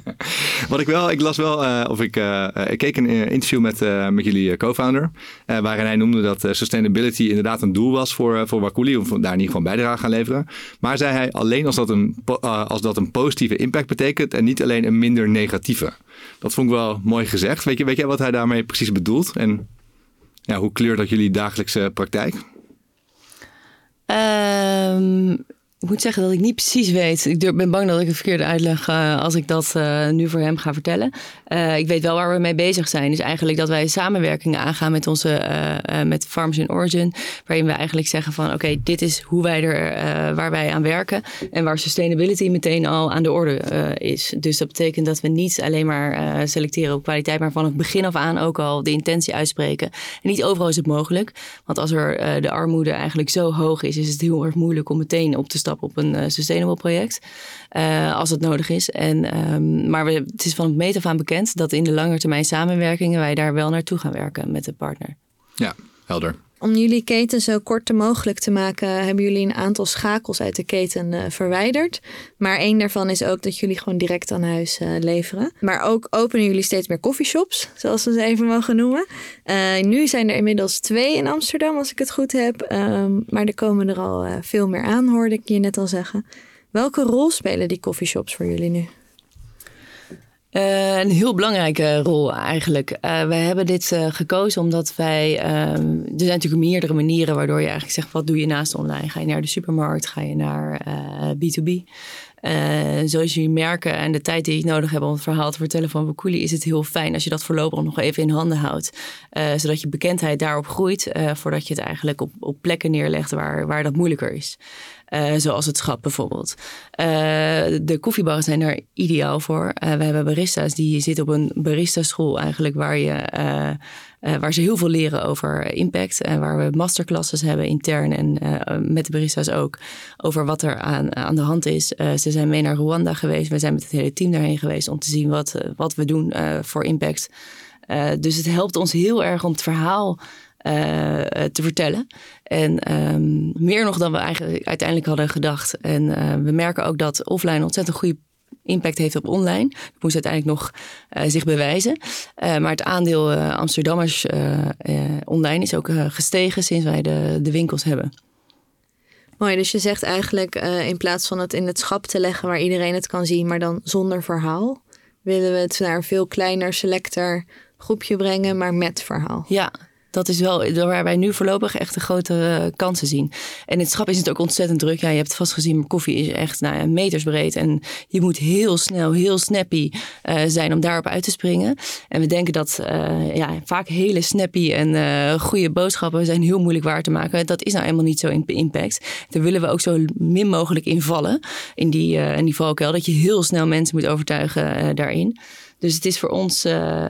Ik keek een interview met jullie co-founder, waarin hij noemde dat sustainability inderdaad een doel was voor Wakooli, om daar in ieder geval bijdrage aan gaan leveren. Maar zei hij alleen als dat een positieve impact betekent en niet alleen een minder negatieve. Dat vond ik wel mooi gezegd. Weet jij wat hij daarmee precies bedoelt? En hoe kleurt dat jullie dagelijkse praktijk? Ik moet zeggen dat ik niet precies weet. Ik ben bang dat ik een verkeerde uitleg als ik dat nu voor hem ga vertellen. Ik weet wel waar we mee bezig zijn. Is eigenlijk dat wij samenwerkingen aangaan met met Farmers in Origin. Waarin we eigenlijk zeggen van oké, dit is hoe wij waar wij aan werken. En waar sustainability meteen al aan de orde is. Dus dat betekent dat we niet alleen maar selecteren op kwaliteit. Maar van het begin af aan ook al de intentie uitspreken. En niet overal is het mogelijk. Want als de armoede eigenlijk zo hoog is het heel erg moeilijk om meteen op te stappen op een sustainable project. Als het nodig is. Maar het is van het meet af aan bekend dat in de langetermijn samenwerkingen wij daar wel naartoe gaan werken met de partner.
Ja, helder.
Om jullie keten zo kort mogelijk te maken, hebben jullie een aantal schakels uit de keten verwijderd. Maar één daarvan is ook dat jullie gewoon direct aan huis leveren. Maar ook openen jullie steeds meer coffeeshops, zoals we ze even mogen noemen. Nu zijn er inmiddels 2 in Amsterdam, als ik het goed heb. Maar er komen er al veel meer aan, hoorde ik je net al zeggen. Welke rol spelen die coffeeshops voor jullie nu?
Een heel belangrijke rol eigenlijk. Wij hebben dit gekozen omdat wij... er zijn natuurlijk meerdere manieren waardoor je eigenlijk zegt... wat doe je naast online? Ga je naar de supermarkt? Ga je naar B2B? Zoals jullie merken en de tijd die ik nodig heb om het verhaal te vertellen van Wakuli... is het heel fijn als je dat voorlopig nog even in handen houdt. Zodat je bekendheid daarop groeit... voordat je het eigenlijk op plekken neerlegt waar dat moeilijker is. Zoals het schap bijvoorbeeld. De koffiebarren zijn daar ideaal voor. We hebben barista's die zitten op een baristaschool eigenlijk... waar ze heel veel leren over impact. En waar we masterclasses hebben intern en met de barista's ook. Over wat er aan de hand is. Ze zijn mee naar Rwanda geweest. We zijn met het hele team daarheen geweest om te zien wat we doen voor impact. Dus het helpt ons heel erg om het verhaal te vertellen. En meer nog dan we eigenlijk uiteindelijk hadden gedacht. En we merken ook dat offline ontzettend goede impact heeft op online. Dat moest uiteindelijk nog zich bewijzen. Maar het aandeel Amsterdammers online is ook gestegen sinds wij de winkels hebben.
Mooi, dus je zegt eigenlijk in plaats van het in het schap te leggen waar iedereen het kan zien, maar dan zonder verhaal, willen we het naar een veel kleiner, selecter groepje brengen, maar met verhaal.
Ja. Dat is wel waar wij nu voorlopig echt de grote kansen zien. En het schap is het ook ontzettend druk. Ja, je hebt het vast gezien, maar koffie is echt metersbreed. En je moet heel snel, heel snappy zijn om daarop uit te springen. En we denken dat vaak hele snappy en goede boodschappen zijn heel moeilijk waar te maken. Dat is nou eenmaal niet zo in impact. Daar willen we ook zo min mogelijk invallen. In die valkuil. Dat je heel snel mensen moet overtuigen daarin. Dus het is voor ons,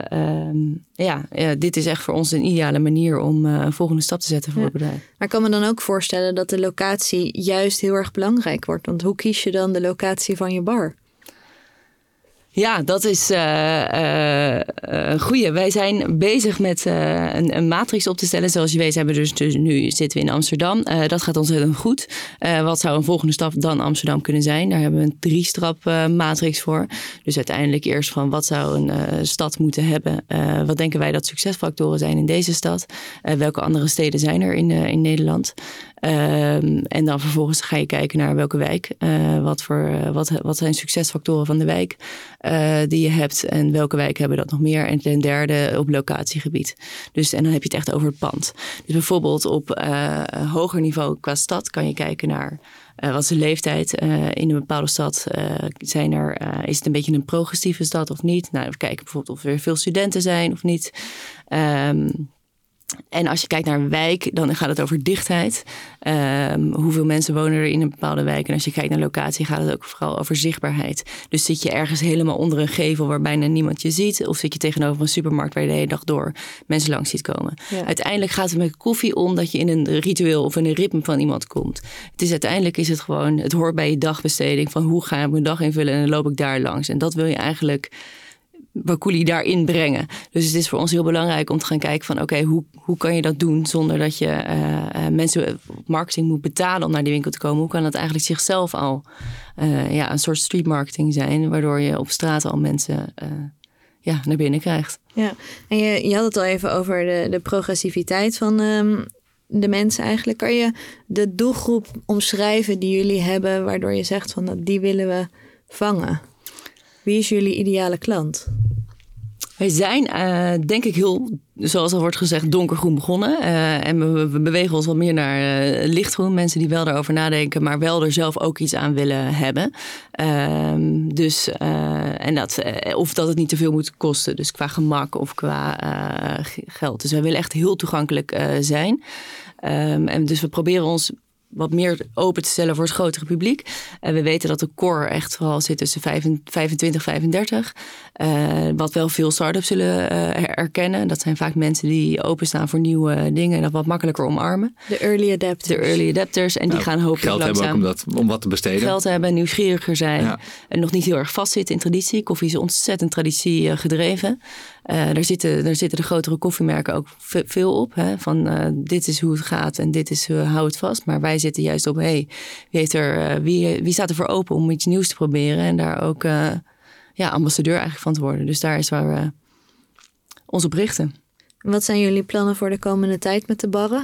dit is echt voor ons een ideale manier om een volgende stap te zetten voor het bedrijf.
Maar ik kan me dan ook voorstellen dat de locatie juist heel erg belangrijk wordt. Want hoe kies je dan de locatie van je bar?
Ja, dat is een goeie. Wij zijn bezig met een matrix op te stellen. Zoals je weet hebben we dus nu zitten we in Amsterdam. Dat gaat ontzettend goed. Wat zou een volgende stap dan Amsterdam kunnen zijn? Daar hebben we een 3-stap matrix voor. Dus uiteindelijk eerst van wat zou een stad moeten hebben? Wat denken wij dat succesfactoren zijn in deze stad? Welke andere steden zijn er in Nederland? En dan vervolgens ga je kijken naar welke wijk. Wat zijn succesfactoren van de wijk die je hebt en welke wijk hebben dat nog meer. En ten derde op locatiegebied. En dan heb je het echt over het pand. Dus bijvoorbeeld op hoger niveau qua stad kan je kijken naar wat is de leeftijd in een bepaalde stad. Is het een beetje een progressieve stad of niet? Nou, we kijken bijvoorbeeld of er veel studenten zijn of niet. En als je kijkt naar een wijk, dan gaat het over dichtheid. Hoeveel mensen wonen er in een bepaalde wijk? En als je kijkt naar locatie, gaat het ook vooral over zichtbaarheid. Dus zit je ergens helemaal onder een gevel waar bijna niemand je ziet? Of zit je tegenover een supermarkt waar je de hele dag door mensen langs ziet komen? Ja. Uiteindelijk gaat het met koffie om dat je in een ritueel of in een ritme van iemand komt. Uiteindelijk is het gewoon, het hoort bij je dagbesteding van hoe ga ik mijn dag invullen en dan loop ik daar langs. En dat wil je eigenlijk Wakuli daarin brengen. Dus het is voor ons heel belangrijk om te gaan kijken van oké, hoe kan je dat doen zonder dat je mensen op marketing moet betalen om naar die winkel te komen. Hoe kan dat eigenlijk zichzelf al een soort street marketing zijn, waardoor je op straat al mensen naar binnen krijgt.
Ja, en je had het al even over de progressiviteit van de mensen eigenlijk. Kan je de doelgroep omschrijven die jullie hebben, waardoor je zegt van die willen we vangen? Wie is jullie ideale klant?
Wij zijn, denk ik, heel, zoals al wordt gezegd, donkergroen begonnen. En we bewegen ons wat meer naar lichtgroen. Mensen die wel daarover nadenken, maar wel er zelf ook iets aan willen hebben. Of dat het niet te veel moet kosten. Dus qua gemak of qua geld. Dus wij willen echt heel toegankelijk zijn. En dus we proberen ons wat meer open te stellen voor het grotere publiek. We weten dat de core echt vooral zit tussen 25 en 35. Wat wel veel start-ups zullen erkennen. Dat zijn vaak mensen die openstaan voor nieuwe dingen en dat wat makkelijker omarmen.
De early adapters. En
die gaan hopelijk
geld
langzaam
hebben ook om wat te besteden.
Geld hebben, nieuwsgieriger zijn. En nog niet heel erg vastzitten in traditie. Koffie is ontzettend traditie gedreven. Daar zitten de grotere koffiemerken ook veel op. Hè? Van dit is hoe het gaat en dit is hou het vast. Maar wij zitten juist op wie staat er voor open om iets nieuws te proberen. En daar ook ambassadeur eigenlijk van te worden. Dus daar is waar we ons op richten.
Wat zijn jullie plannen voor de komende tijd met de barren?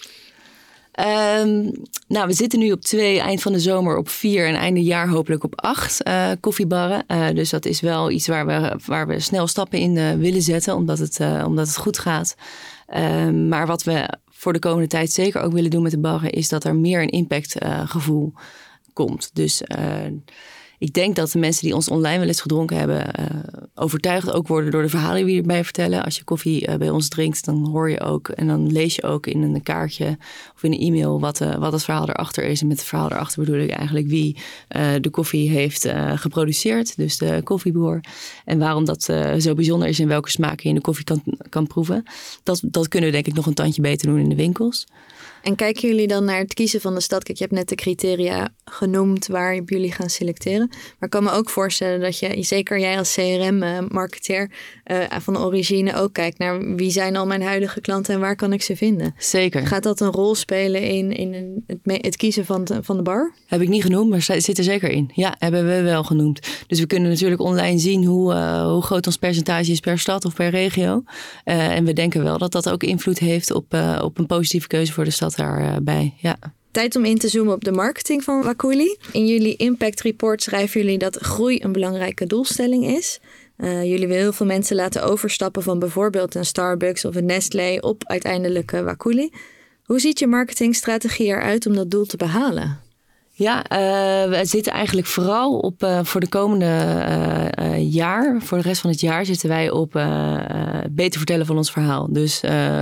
We zitten nu op 2, eind van de zomer op 4 en einde jaar hopelijk op 8 koffiebarren. Dus dat is wel iets waar we snel stappen in willen zetten, omdat het goed gaat. Maar wat we voor de komende tijd zeker ook willen doen met de barren is dat er meer een impactgevoel komt. Dus ik denk dat de mensen die ons online wel eens gedronken hebben overtuigd ook worden door de verhalen die we erbij vertellen. Als je koffie bij ons drinkt, dan hoor je ook en dan lees je ook in een kaartje of in een e-mail wat het verhaal erachter is. En met het verhaal erachter bedoel ik eigenlijk wie de koffie heeft geproduceerd, dus de koffieboer. En waarom dat zo bijzonder is en welke smaken je in de koffie kan proeven. Dat kunnen we denk ik nog een tandje beter doen in de winkels.
En kijken jullie dan naar het kiezen van de stad? Kijk, je hebt net de criteria genoemd waar jullie gaan selecteren. Maar ik kan me ook voorstellen dat zeker jij als CRM-marketeer van origine ook kijkt naar wie zijn al mijn huidige klanten en waar kan ik ze vinden?
Zeker.
Gaat dat een rol spelen in het kiezen van de bar?
Heb ik niet genoemd, maar zit er zeker in. Ja, hebben we wel genoemd. Dus we kunnen natuurlijk online zien hoe groot ons percentage is per stad of per regio. En we denken wel dat dat ook invloed heeft op een positieve keuze voor de stad daarbij. Ja.
Tijd om in te zoomen op de marketing van Wakooli. In jullie Impact Report schrijven jullie dat groei een belangrijke doelstelling is. Jullie willen heel veel mensen laten overstappen van bijvoorbeeld een Starbucks of een Nestlé op uiteindelijk Wakooli. Hoe ziet je marketingstrategie eruit om dat doel te behalen?
Ja, we zitten eigenlijk vooral op voor de komende jaar. Voor de rest van het jaar zitten wij op beter vertellen van ons verhaal. Dus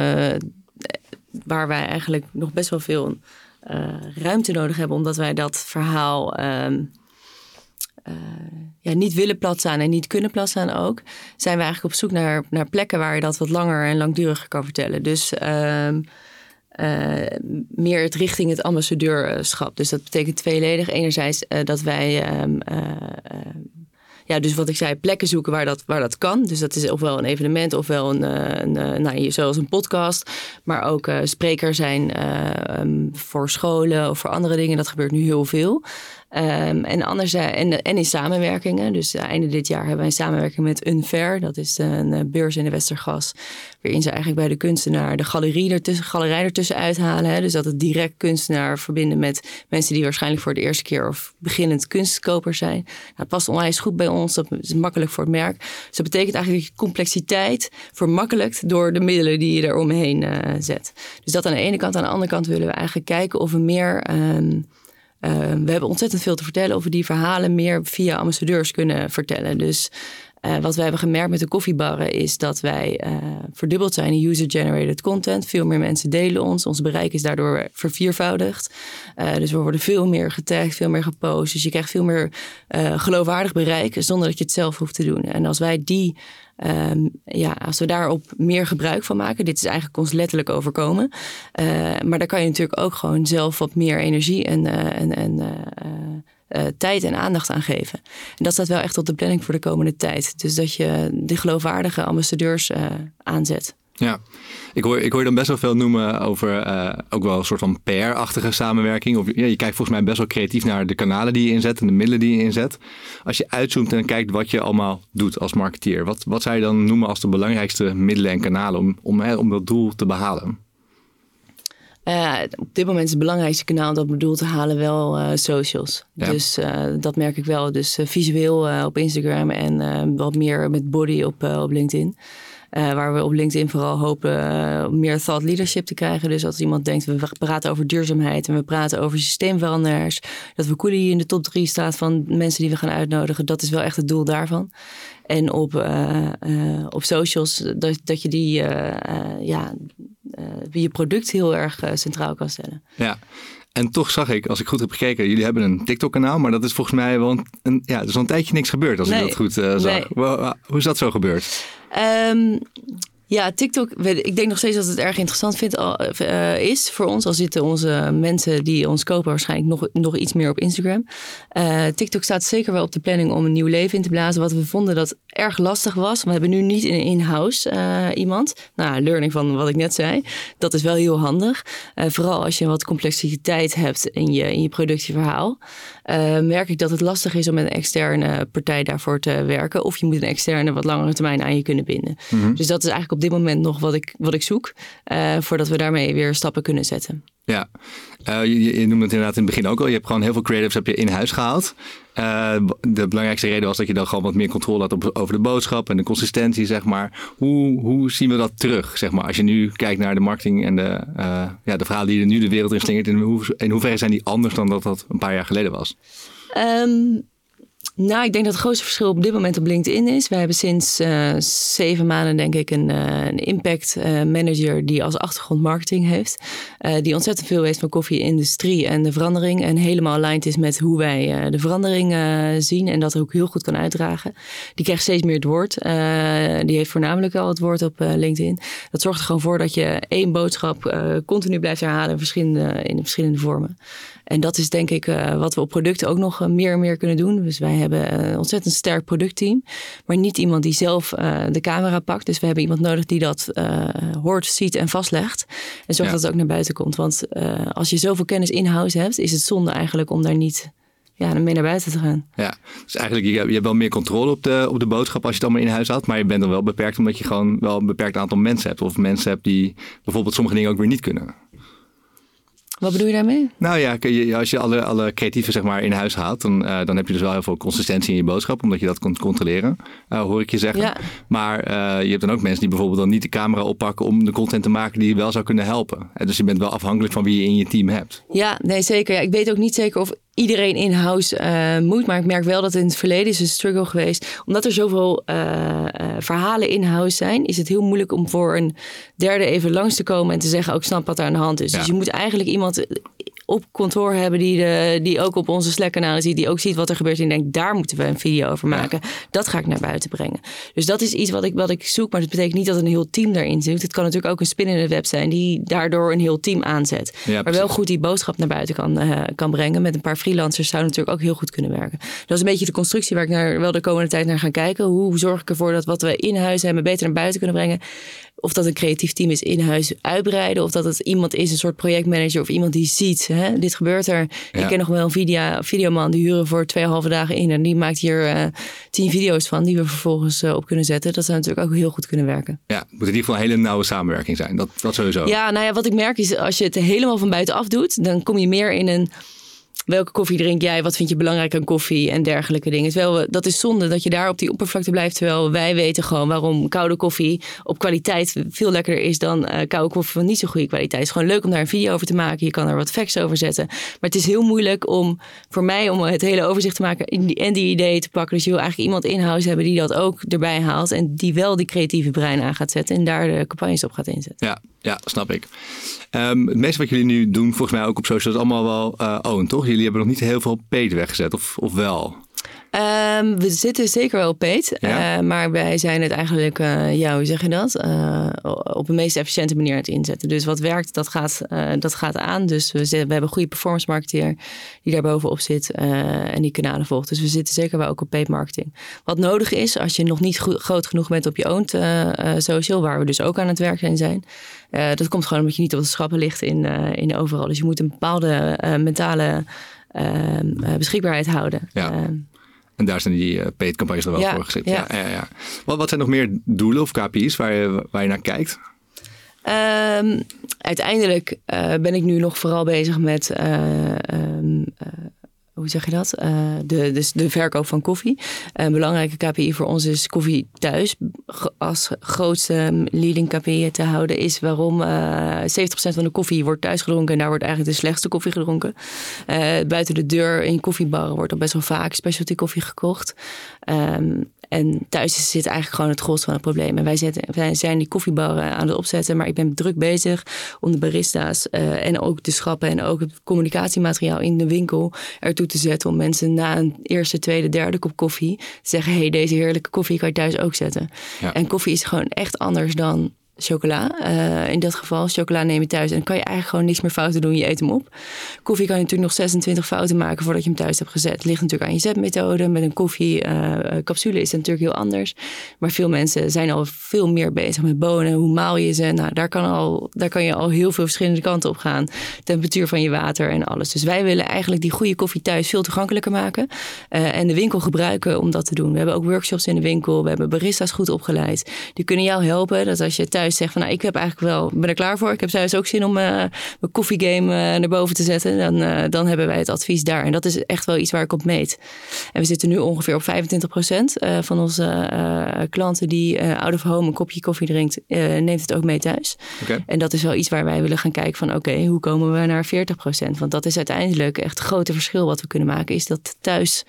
waar wij eigenlijk nog best wel veel ruimte nodig hebben, omdat wij dat verhaal niet willen platstaan en niet kunnen platstaan ook, zijn we eigenlijk op zoek naar plekken waar je dat wat langer en langduriger kan vertellen. Dus meer het richting het ambassadeurschap. Dus dat betekent tweeledig. Enerzijds dat wij dus wat ik zei, plekken zoeken waar dat kan. Dus dat is ofwel een evenement, ofwel zoals een podcast. Maar ook spreker zijn voor scholen of voor andere dingen. Dat gebeurt nu heel veel. En in samenwerkingen. Dus einde dit jaar hebben wij een samenwerking met Unfair. Dat is een beurs in de Westergas. Waarin ze eigenlijk bij de kunstenaar de galerij ertussen uithalen. Hè. Dus dat het direct kunstenaar verbinden met mensen die waarschijnlijk voor de eerste keer of beginnend kunstkoper zijn. Nou, dat past onwijs goed bij ons. Dat is makkelijk voor het merk. Dus dat betekent eigenlijk dat je complexiteit vermakkelijkt door de middelen die je er omheen zet. Dus dat aan de ene kant. Aan de andere kant willen we eigenlijk kijken of we meer we hebben ontzettend veel te vertellen of we die verhalen meer via ambassadeurs kunnen vertellen. Dus wat we hebben gemerkt met de koffiebarren is dat wij verdubbeld zijn in user-generated content. Veel meer mensen delen ons. Ons bereik is daardoor verviervoudigd. Dus we worden veel meer getagd, veel meer gepost. Dus je krijgt veel meer geloofwaardig bereik zonder dat je het zelf hoeft te doen. En als wij als we daarop meer gebruik van maken. Dit is eigenlijk ons letterlijk overkomen. Maar daar kan je natuurlijk ook gewoon zelf wat meer energie en tijd en aandacht aan geven. En dat staat wel echt op de planning voor de komende tijd. Dus dat je de geloofwaardige ambassadeurs aanzet.
Ja, ik hoor je dan best wel veel noemen over ook wel een soort van PR-achtige samenwerking. Of, je kijkt volgens mij best wel creatief naar de kanalen die je inzet en de middelen die je inzet. Als je uitzoomt en kijkt wat je allemaal doet als marketeer. Wat zou je dan noemen als de belangrijkste middelen en kanalen om dat doel te behalen?
Op dit moment is het belangrijkste kanaal om dat doel te halen wel socials.
Ja.
Dus dat merk ik wel. Dus visueel op Instagram en wat meer met body op LinkedIn. Waar we op LinkedIn vooral hopen meer thought leadership te krijgen. Dus als iemand denkt, we praten over duurzaamheid en we praten over systeemveranderaars. Dat Wakuli in de top 3 staat van mensen die we gaan uitnodigen. Dat is wel echt het doel daarvan. En op socials dat je je product heel erg centraal kan stellen.
Ja. En toch zag ik, als ik goed heb gekeken, jullie hebben een TikTok-kanaal, maar dat is volgens mij wel er is al een tijdje niks gebeurd als ik dat goed zag.
Nee.
Hoe is dat zo gebeurd?
Ja, TikTok, ik denk nog steeds dat het erg interessant is voor ons. Al zitten onze mensen die ons kopen waarschijnlijk nog iets meer op Instagram. TikTok staat zeker wel op de planning om een nieuw leven in te blazen. Wat we vonden dat erg lastig was. We hebben nu niet een in-house iemand. Nou, learning van wat ik net zei. Dat is wel heel handig. Vooral als je wat complexiteit hebt in je productieverhaal. Merk ik dat het lastig is om met een externe partij daarvoor te werken. Of je moet een externe wat langere termijn aan je kunnen binden. Mm-hmm. Dus dat is eigenlijk op dit moment nog wat ik zoek. Voordat we daarmee weer stappen kunnen zetten.
Ja, je noemde het inderdaad in het begin ook al. Je hebt gewoon heel veel creatives heb je in huis gehaald. De belangrijkste reden was dat je dan gewoon wat meer controle had over de boodschap en de consistentie, zeg maar. Hoe zien we dat terug, zeg maar? Als je nu kijkt naar de marketing en de verhalen die je nu de wereld in slingert. In hoeverre zijn die anders dan dat een paar jaar geleden was?
Nou, ik denk dat het grootste verschil op dit moment op LinkedIn is. We hebben sinds 7 maanden denk ik een impact manager die als achtergrond marketing heeft. Die ontzettend veel weet van koffie-industrie en de verandering. En helemaal aligned is met hoe wij de verandering zien. En dat ook heel goed kan uitdragen. Die krijgt steeds meer het woord. Die heeft voornamelijk al het woord op LinkedIn. Dat zorgt er gewoon voor dat je één boodschap continu blijft herhalen in verschillende vormen. En dat is denk ik wat we op producten ook nog meer en meer kunnen doen. Dus wij hebben een ontzettend sterk productteam. Maar niet iemand die zelf de camera pakt. Dus we hebben iemand nodig die dat hoort, ziet en vastlegt. En zorgt dat het ook naar buiten komt. Want als je zoveel kennis in-house hebt, is het zonde eigenlijk om daar niet mee naar buiten te gaan. Ja,
dus eigenlijk je hebt wel meer controle op de boodschap als je het allemaal in huis had. Maar je bent dan wel beperkt omdat je gewoon wel een beperkt aantal mensen hebt. Of mensen hebt die bijvoorbeeld sommige dingen ook weer niet kunnen.
Wat bedoel je daarmee?
Nou ja, als je alle creatieven zeg maar in huis haalt, dan heb je dus wel heel veel consistentie in je boodschap, omdat je dat kunt controleren, hoor ik je zeggen. Ja. Maar je hebt dan ook mensen die bijvoorbeeld dan niet de camera oppakken om de content te maken die je wel zou kunnen helpen. Dus je bent wel afhankelijk van wie je in je team hebt. Ja, nee zeker. Ja, ik weet ook niet zeker of iedereen in-house moet. Maar ik merk wel dat in het verleden is een struggle geweest. Omdat er zoveel verhalen in-house zijn, is het heel moeilijk om voor een derde even langs te komen en te zeggen, ik snap wat er aan de hand is. Ja. Dus je moet eigenlijk iemand op kantoor hebben die ook op onze Slack-kanalen ziet, die ook ziet wat er gebeurt en denkt, daar moeten we een video over maken. Ja. Dat ga ik naar buiten brengen. Dus dat is iets wat ik zoek, maar dat betekent niet dat een heel team daarin zit. Het kan natuurlijk ook een spin in de web zijn die daardoor een heel team aanzet. Ja, maar wel goed die boodschap naar buiten kan brengen. Met een paar freelancers zou natuurlijk ook heel goed kunnen werken. Dat is een beetje de constructie waar ik wel de komende tijd naar ga kijken. Hoe zorg ik ervoor dat wat we in huis hebben beter naar buiten kunnen brengen? Of dat een creatief team is in huis uitbreiden. Of dat het iemand is, een soort projectmanager of iemand die ziet, dit gebeurt er. Ja. Ik ken nog wel een videoman, die huren voor 2,5 dagen in. En die maakt hier 10 video's van die we vervolgens op kunnen zetten. Dat zou natuurlijk ook heel goed kunnen werken. Ja, het moet in ieder geval een hele nauwe samenwerking zijn. Dat sowieso. Ja, nou ja, wat ik merk is als je het helemaal van buitenaf doet, dan kom je meer in een welke koffie drink jij? Wat vind je belangrijk aan koffie? En dergelijke dingen. Terwijl dat is zonde dat je daar op die oppervlakte blijft. Terwijl wij weten gewoon waarom koude koffie op kwaliteit veel lekkerder is dan koude koffie van niet zo goede kwaliteit. Het is gewoon leuk om daar een video over te maken. Je kan er wat facts over zetten. Maar het is heel moeilijk voor mij om het hele overzicht te maken en die ideeën te pakken. Dus je wil eigenlijk iemand in-house hebben die dat ook erbij haalt. En die wel die creatieve brein aan gaat zetten. En daar de campagnes op gaat inzetten. Ja, snap ik. Het meeste wat jullie nu doen, volgens mij ook op social, is allemaal wel own, toch? Jullie hebben nog niet heel veel paid weggezet, of wel? We zitten zeker wel op paid, maar wij zijn het eigenlijk, hoe zeg je dat? Op de meest efficiënte manier aan het inzetten. Dus wat werkt, dat gaat aan. Dus we hebben een goede performance marketeer die daar bovenop zit en die kanalen volgt. Dus we zitten zeker wel ook op paid marketing. Wat nodig is, als je nog niet groot genoeg bent op je owned social, waar we dus ook aan het werk zijn. Dat komt gewoon omdat je niet op de schappen ligt in overal. Dus je moet een bepaalde mentale beschikbaarheid houden. Ja. En daar zijn die paid campagnes er wel voor gezet. Ja. Wat zijn nog meer doelen of KPI's waar je naar kijkt?
Uiteindelijk ben ik nu nog vooral bezig met... hoe zeg je dat? De verkoop van koffie. Een belangrijke KPI voor ons is koffie thuis als grootste leading KPI te houden is waarom 70% van de koffie wordt thuis gedronken en daar wordt eigenlijk de slechtste koffie gedronken. Buiten de deur in koffiebarren wordt er best wel vaak specialty koffie gekocht. En thuis zit eigenlijk gewoon het gros van het probleem. En wij zijn die koffiebarren aan het opzetten, maar ik ben druk bezig om de barista's en ook de schappen en ook het communicatiemateriaal in de winkel ertoe te zetten om mensen na een eerste, tweede, derde kop koffie te zeggen, hey, deze heerlijke koffie kan je thuis ook zetten. Ja. En koffie is gewoon echt anders dan chocola. In dat geval, chocola neem je thuis en kan je eigenlijk gewoon niks meer fouten doen. Je eet hem op. Koffie kan je natuurlijk nog 26 fouten maken voordat je hem thuis hebt gezet. Het ligt natuurlijk aan je zetmethode. Met een koffiecapsule is het natuurlijk heel anders. Maar veel mensen zijn al veel meer bezig met bonen. Hoe maal je ze? Nou, daar kan je al heel veel verschillende kanten op gaan. Temperatuur van je water en alles. Dus wij willen eigenlijk die goede koffie thuis veel toegankelijker maken. En de winkel gebruiken om dat te doen. We hebben ook workshops in de winkel. We hebben barista's goed opgeleid. Die kunnen jou helpen dat als je thuis zegt van, nou, ik heb eigenlijk wel, ben er klaar voor. Ik heb thuis ook zin om mijn koffiegame naar boven te zetten. Dan hebben wij het advies daar. En dat is echt wel iets waar ik op meet. En we zitten nu ongeveer op 25% van onze klanten die out of home een kopje koffie drinkt, neemt het ook mee thuis. Okay. En dat is wel iets waar wij willen gaan kijken van, oké, hoe komen we naar 40%? Want dat is uiteindelijk echt het grote verschil wat we kunnen maken, is dat thuis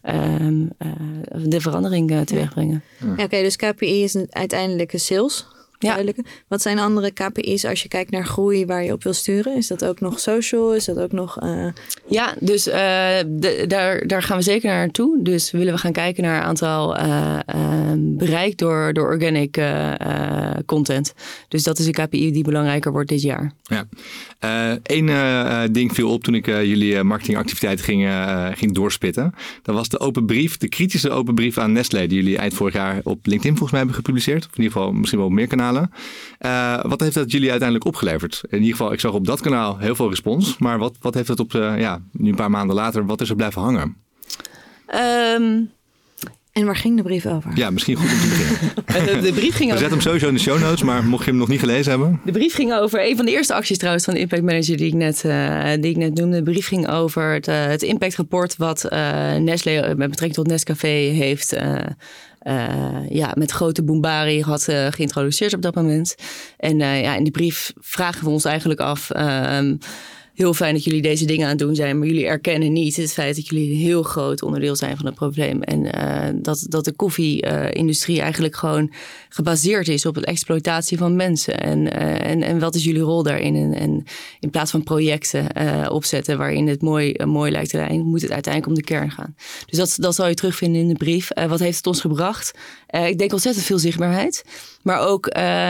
de verandering teweeg brengen.
Ja, oké, dus KPI is uiteindelijk sales. Ja. Wat zijn andere KPI's als je kijkt naar groei waar je op wil sturen? Is dat ook nog social? Is dat ook nog...
Ja, dus daar gaan we zeker naartoe. Dus willen we gaan kijken naar aantal bereik door organic content. Dus dat is een KPI die belangrijker wordt dit jaar.
Ja. Eén ding viel op toen ik jullie marketingactiviteiten ging doorspitten. Dat was de open brief, de kritische open brief aan Nestlé, die jullie eind vorig jaar op LinkedIn volgens mij hebben gepubliceerd. Of in ieder geval misschien wel op meer kanalen. Wat heeft dat jullie uiteindelijk opgeleverd? In ieder geval, ik zag op dat kanaal heel veel respons. Maar wat heeft het op, nu een paar maanden later, wat is er blijven hangen?
En waar ging de brief over?
Ja, misschien goed om te beginnen.
De brief ging over...
We zetten hem sowieso in de show notes, maar mocht je hem nog niet gelezen hebben.
De brief ging over een van de eerste acties trouwens van de Impact Manager die ik net noemde. De brief ging over het impactrapport wat Nestlé met betrekking tot Nescafé heeft... met grote boembari had geïntroduceerd op dat moment. En in die brief vragen we ons eigenlijk af... heel fijn dat jullie deze dingen aan het doen zijn, maar jullie erkennen niet het feit dat jullie een heel groot onderdeel zijn van het probleem. En dat de koffie-industrie eigenlijk gewoon gebaseerd is op de exploitatie van mensen. En wat is jullie rol daarin? En in plaats van projecten opzetten waarin het mooi lijkt te zijn, moet het uiteindelijk om de kern gaan. Dus dat zal je terugvinden in de brief. Wat heeft het ons gebracht? Ik denk ontzettend veel zichtbaarheid. Maar ook,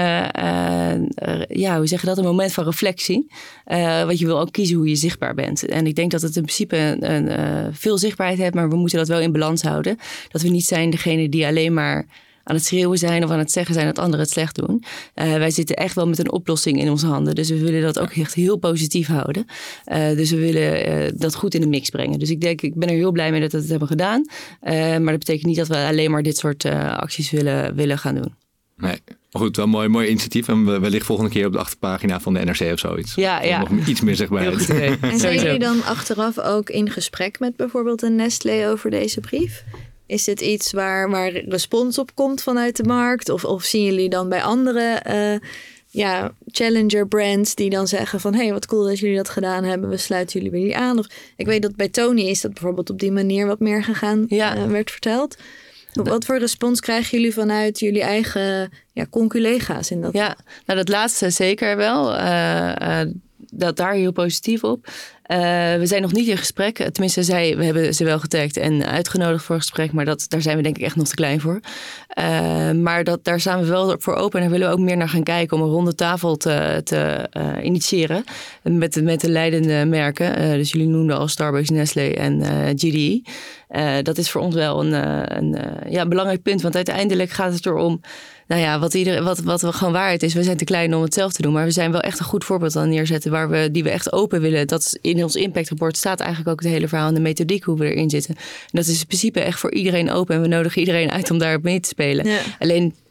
hoe zeg je dat? Een moment van reflectie. Want je wil ook kiezen hoe je zichtbaar bent. En ik denk dat het in principe veel zichtbaarheid heeft, maar we moeten dat wel in balans houden. Dat we niet zijn degene die alleen maar aan het schreeuwen zijn of aan het zeggen zijn dat anderen het slecht doen. Wij zitten echt wel met een oplossing in onze handen. Dus we willen dat ook echt heel positief houden. Dus we willen dat goed in de mix brengen. Dus ik ben er heel blij mee dat we het hebben gedaan. Maar dat betekent niet dat we alleen maar dit soort acties willen gaan doen.
Nee, maar goed, wel een mooi initiatief. En wellicht volgende keer op de achterpagina van de NRC of zoiets.
Ja.
Nog iets meer zichtbaarheid.
En zijn jullie dan achteraf ook in gesprek met bijvoorbeeld een Nestlé over deze brief? Is dit iets waar respons op komt vanuit de markt? Of zien jullie dan bij andere challenger brands die dan zeggen van... hey, wat cool dat jullie dat gedaan hebben. We sluiten jullie bij jullie aan. Of ik weet dat bij Tony is dat bijvoorbeeld op die manier wat meer gegaan werd verteld. Wat voor respons krijgen jullie vanuit jullie eigen conculega's in dat?
Ja, nou dat laatste zeker wel. Dat daar heel positief op. We zijn nog niet in gesprek. Tenminste, we hebben ze wel getagd en uitgenodigd voor een gesprek. Maar daar zijn we denk ik echt nog te klein voor. Maar daar staan we wel voor open. En daar willen we ook meer naar gaan kijken om een ronde tafel te initiëren. Met de leidende merken. Dus jullie noemden al Starbucks, Nestlé en GDE. Dat is voor ons wel een belangrijk punt. Want uiteindelijk gaat het erom... wat we gewoon waarheid is. We zijn te klein om het zelf te doen. Maar we zijn wel echt een goed voorbeeld aan neerzetten. Die we echt open willen. Dat is in ons impactrapport staat eigenlijk ook het hele verhaal en de methodiek hoe we erin zitten. En dat is in principe echt voor iedereen open. En we nodigen iedereen uit om daar mee te spelen. Ja. Alleen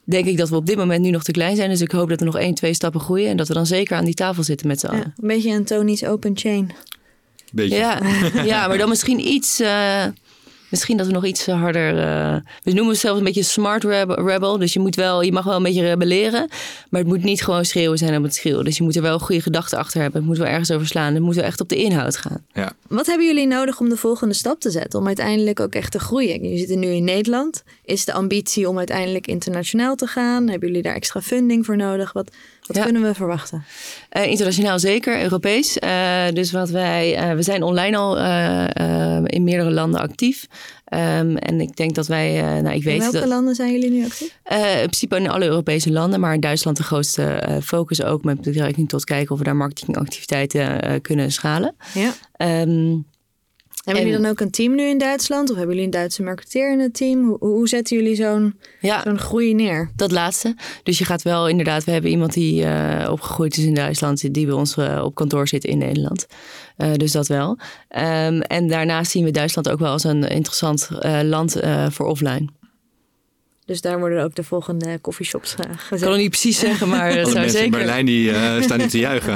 denk ik dat we op dit moment nu nog te klein zijn. Dus ik hoop dat we nog 1-2 stappen groeien. En dat we dan zeker aan die tafel zitten met z'n allen.
Een beetje een Tony's Open Chain.
Beetje.
Ja, maar dan misschien iets... Misschien dat we nog iets harder... we noemen onszelf een beetje smart rebel. Dus je mag wel een beetje rebelleren. Maar het moet niet gewoon schreeuwen zijn om het schreeuwen. Dus je moet er wel goede gedachten achter hebben. Het moet wel ergens over slaan. Het moet wel echt op de inhoud gaan.
Ja.
Wat hebben jullie nodig om de volgende stap te zetten? Om uiteindelijk ook echt te groeien? Jullie zitten nu in Nederland. Is de ambitie om uiteindelijk internationaal te gaan? Hebben jullie daar extra funding voor nodig? Wat kunnen we verwachten?
Internationaal zeker, Europees. Dus we zijn online al in meerdere landen actief. En ik denk dat wij...
in welke landen zijn jullie nu actief?
In principe in alle Europese landen, maar in Duitsland de grootste focus ook met betrekking tot kijken of we daar marketingactiviteiten kunnen schalen.
Ja. Hebben jullie dan ook een team nu in Duitsland? Of hebben jullie een Duitse marketeer in het team? Hoe zetten jullie zo'n groei neer?
Dat laatste. Dus je gaat wel inderdaad... We hebben iemand die opgegroeid is in Duitsland... die bij ons op kantoor zit in Nederland. Dus dat wel. En daarnaast zien we Duitsland ook wel als een interessant land voor offline.
Dus daar worden ook de volgende coffeeshops gezet.
Ik kan het niet precies zeggen, maar het zou zeker...
in Berlijn die staan niet te juichen.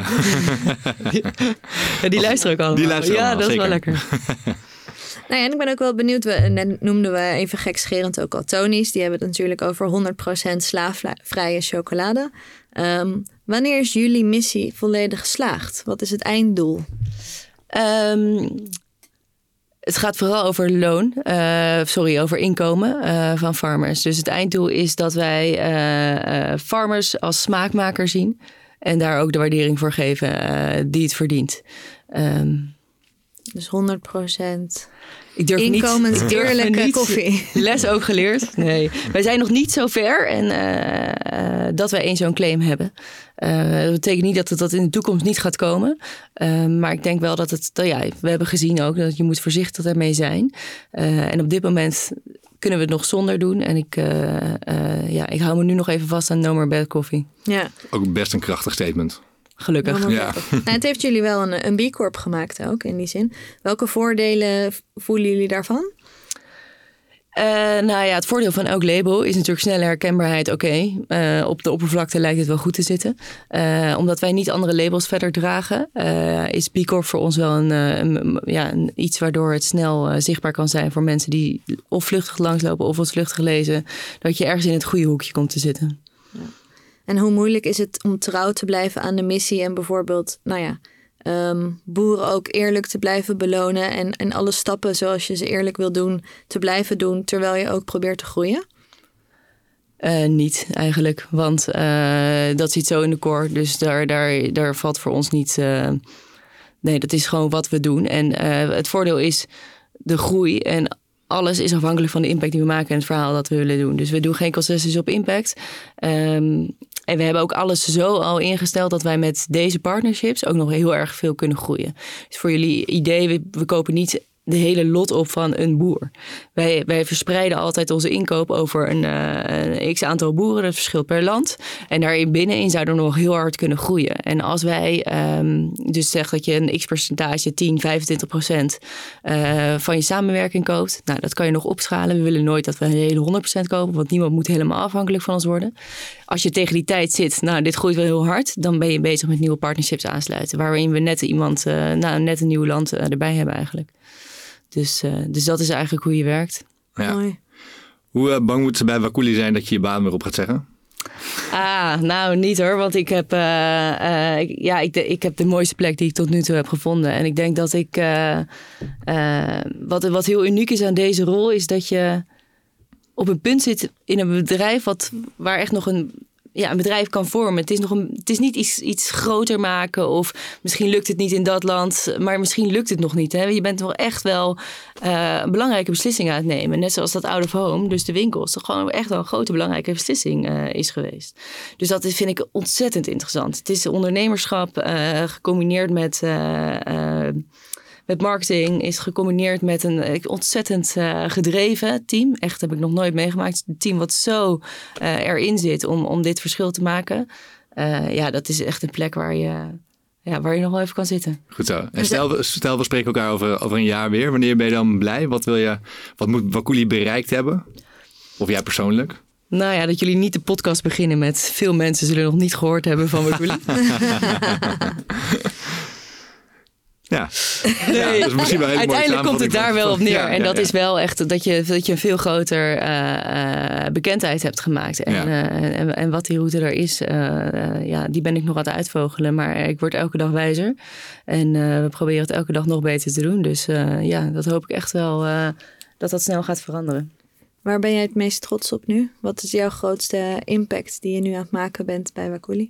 Die luisteren ook allemaal.
Dat
zeker. Is wel lekker.
Nou ja, en ik ben ook wel benieuwd. Net noemden we even gekscherend ook al Tony's. Die hebben het natuurlijk over 100% slaafvrije chocolade. Wanneer is jullie missie volledig geslaagd? Wat is het einddoel?
Het gaat vooral over over inkomen van farmers. Dus het einddoel is dat wij farmers als smaakmaker zien. En daar ook de waardering voor geven die het verdient.
Dus 100%
ik durf
eerlijke koffie.
Les ook geleerd. Nee, wij zijn nog niet zo ver en dat wij zo'n claim hebben. Dat betekent niet dat het in de toekomst niet gaat komen. Maar ik denk wel dat we hebben gezien ook dat je moet voorzichtig ermee zijn. En op dit moment kunnen we het nog zonder doen. En ik hou me nu nog even vast aan No More Bad Coffee.
Ja.
Ook best een krachtig statement.
Gelukkig.
Ja.
Nou, het heeft jullie wel een B Corp gemaakt ook in die zin. Welke voordelen voelen jullie daarvan?
Het voordeel van elk label is natuurlijk snelle herkenbaarheid. Op de oppervlakte lijkt het wel goed te zitten. Omdat wij niet andere labels verder dragen, is B Corp voor ons wel iets waardoor het snel zichtbaar kan zijn voor mensen die of vluchtig langslopen of wat vluchtig lezen. Dat je ergens in het goede hoekje komt te zitten.
Ja. En hoe moeilijk is het om trouw te blijven aan de missie en bijvoorbeeld, boeren ook eerlijk te blijven belonen en alle stappen zoals je ze eerlijk wil doen, te blijven doen, terwijl je ook probeert te groeien?
Niet eigenlijk, want dat zit zo in de core. Dus daar valt voor ons niet... nee, dat is gewoon wat we doen. En het voordeel is de groei en alles is afhankelijk van de impact die we maken en het verhaal dat we willen doen. Dus we doen geen concessies op impact. En we hebben ook alles zo al ingesteld dat wij met deze partnerships ook nog heel erg veel kunnen groeien. Dus voor jullie idee, we kopen niet de hele lot op van een boer. Wij verspreiden altijd onze inkoop over een x-aantal boeren. Dat verschilt per land. En daarin binnenin zouden we nog heel hard kunnen groeien. En als wij dus zeggen dat je een x-percentage, 10-25% van je samenwerking koopt. Nou, dat kan je nog opschalen. We willen nooit dat we een hele 100% kopen. Want niemand moet helemaal afhankelijk van ons worden. Als je tegen die tijd zit, dit groeit wel heel hard. Dan ben je bezig met nieuwe partnerships aansluiten. Waarin we net net een nieuw land erbij hebben eigenlijk. Dus dat is eigenlijk hoe je werkt.
Ja. Mooi. Hoe bang moeten ze bij Wakouli zijn dat je je baan weer op gaat zeggen?
Niet hoor. Want ik heb, ik heb de mooiste plek die ik tot nu toe heb gevonden. En ik denk dat ik... wat heel uniek is aan deze rol is dat je op een punt zit in een bedrijf waar echt nog een bedrijf kan vormen. Het is niet iets groter maken of misschien lukt het niet in dat land, maar misschien lukt het nog niet. Hè? Je bent wel echt wel een belangrijke beslissing aan het nemen. Net zoals dat out of home, dus de winkels, toch gewoon echt wel een grote belangrijke beslissing is geweest. Dus dat vind ik ontzettend interessant. Het is ondernemerschap gecombineerd met marketing, is gecombineerd met een ontzettend gedreven team. Echt heb ik nog nooit meegemaakt. Een team wat zo erin zit om dit verschil te maken. Dat is echt een plek waar je nog wel even kan zitten.
Goed zo. En stel we spreken elkaar over een jaar weer. Wanneer ben je dan blij? Wat moet Wakouli bereikt hebben? Of jij persoonlijk?
Nou ja, dat jullie niet de podcast beginnen met veel mensen zullen nog niet gehoord hebben van Wakooli.
Ja. Nee, dat is misschien wel
uiteindelijk komt het daar wel op neer. En dat is wel echt dat je een veel groter bekendheid hebt gemaakt. En wat die route er is, die ben ik nog aan het uitvogelen. Maar ik word elke dag wijzer. En we proberen het elke dag nog beter te doen. Dus dat hoop ik echt wel dat snel gaat veranderen.
Waar ben jij het meest trots op nu? Wat is jouw grootste impact die je nu aan het maken bent bij Wakooli?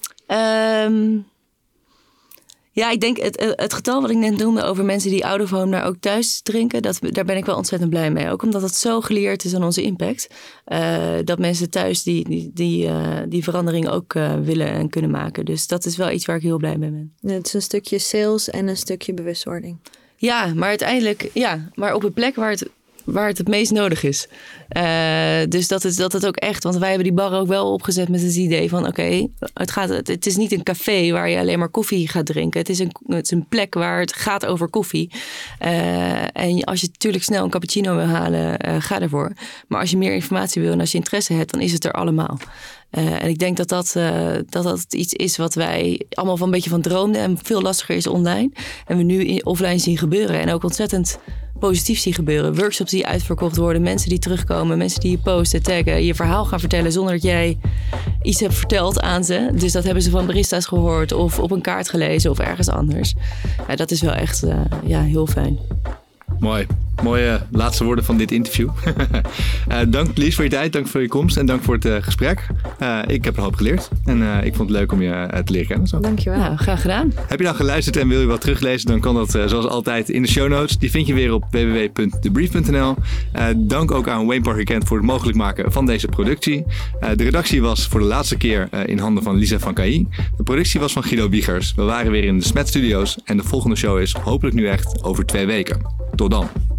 Ja, ik denk het getal wat ik net noemde over mensen die out of home daar ook thuis drinken, daar ben ik wel ontzettend blij mee. Ook omdat het zo geleerd is aan onze impact. Dat mensen thuis die verandering ook willen en kunnen maken. Dus dat is wel iets waar ik heel blij mee ben.
Het is een stukje sales en een stukje bewustwording.
Ja, maar uiteindelijk, maar op een plek waar het meest nodig is. Dus dat het ook echt... Want wij hebben die bar ook wel opgezet met het idee van... het is niet een café waar je alleen maar koffie gaat drinken. Het is een plek waar het gaat over koffie. En als je natuurlijk snel een cappuccino wil halen, ga ervoor. Maar als je meer informatie wil en als je interesse hebt... dan is het er allemaal. En ik denk dat iets is wat wij allemaal een beetje van droomden... en veel lastiger is online. En we nu offline zien gebeuren. En ook ontzettend positief zien gebeuren. Workshops die uitverkocht worden, mensen die terugkomen... mensen die je posten, taggen, je verhaal gaan vertellen... zonder dat jij iets hebt verteld aan ze. Dus dat hebben ze van barista's gehoord... of op een kaart gelezen of ergens anders. Ja, dat is wel echt heel fijn.
Mooi. Mooie laatste woorden van dit interview. Dank Lies voor je tijd, dank voor je komst en dank voor het gesprek. Ik heb een hoop geleerd en ik vond het leuk om je te leren kennen. Zo.
Dankjewel.
Nou, graag gedaan.
Heb je nou geluisterd en wil je wat teruglezen, dan kan dat zoals altijd in de show notes. Die vind je weer op www.debrief.nl. Dank ook aan Wayne Parker Kent voor het mogelijk maken van deze productie. De redactie was voor de laatste keer in handen van Lisa van KI. De productie was van Guido Wiegers. We waren weer in de Smet Studios en de volgende show is hopelijk nu echt over 2 weken. Tot dan.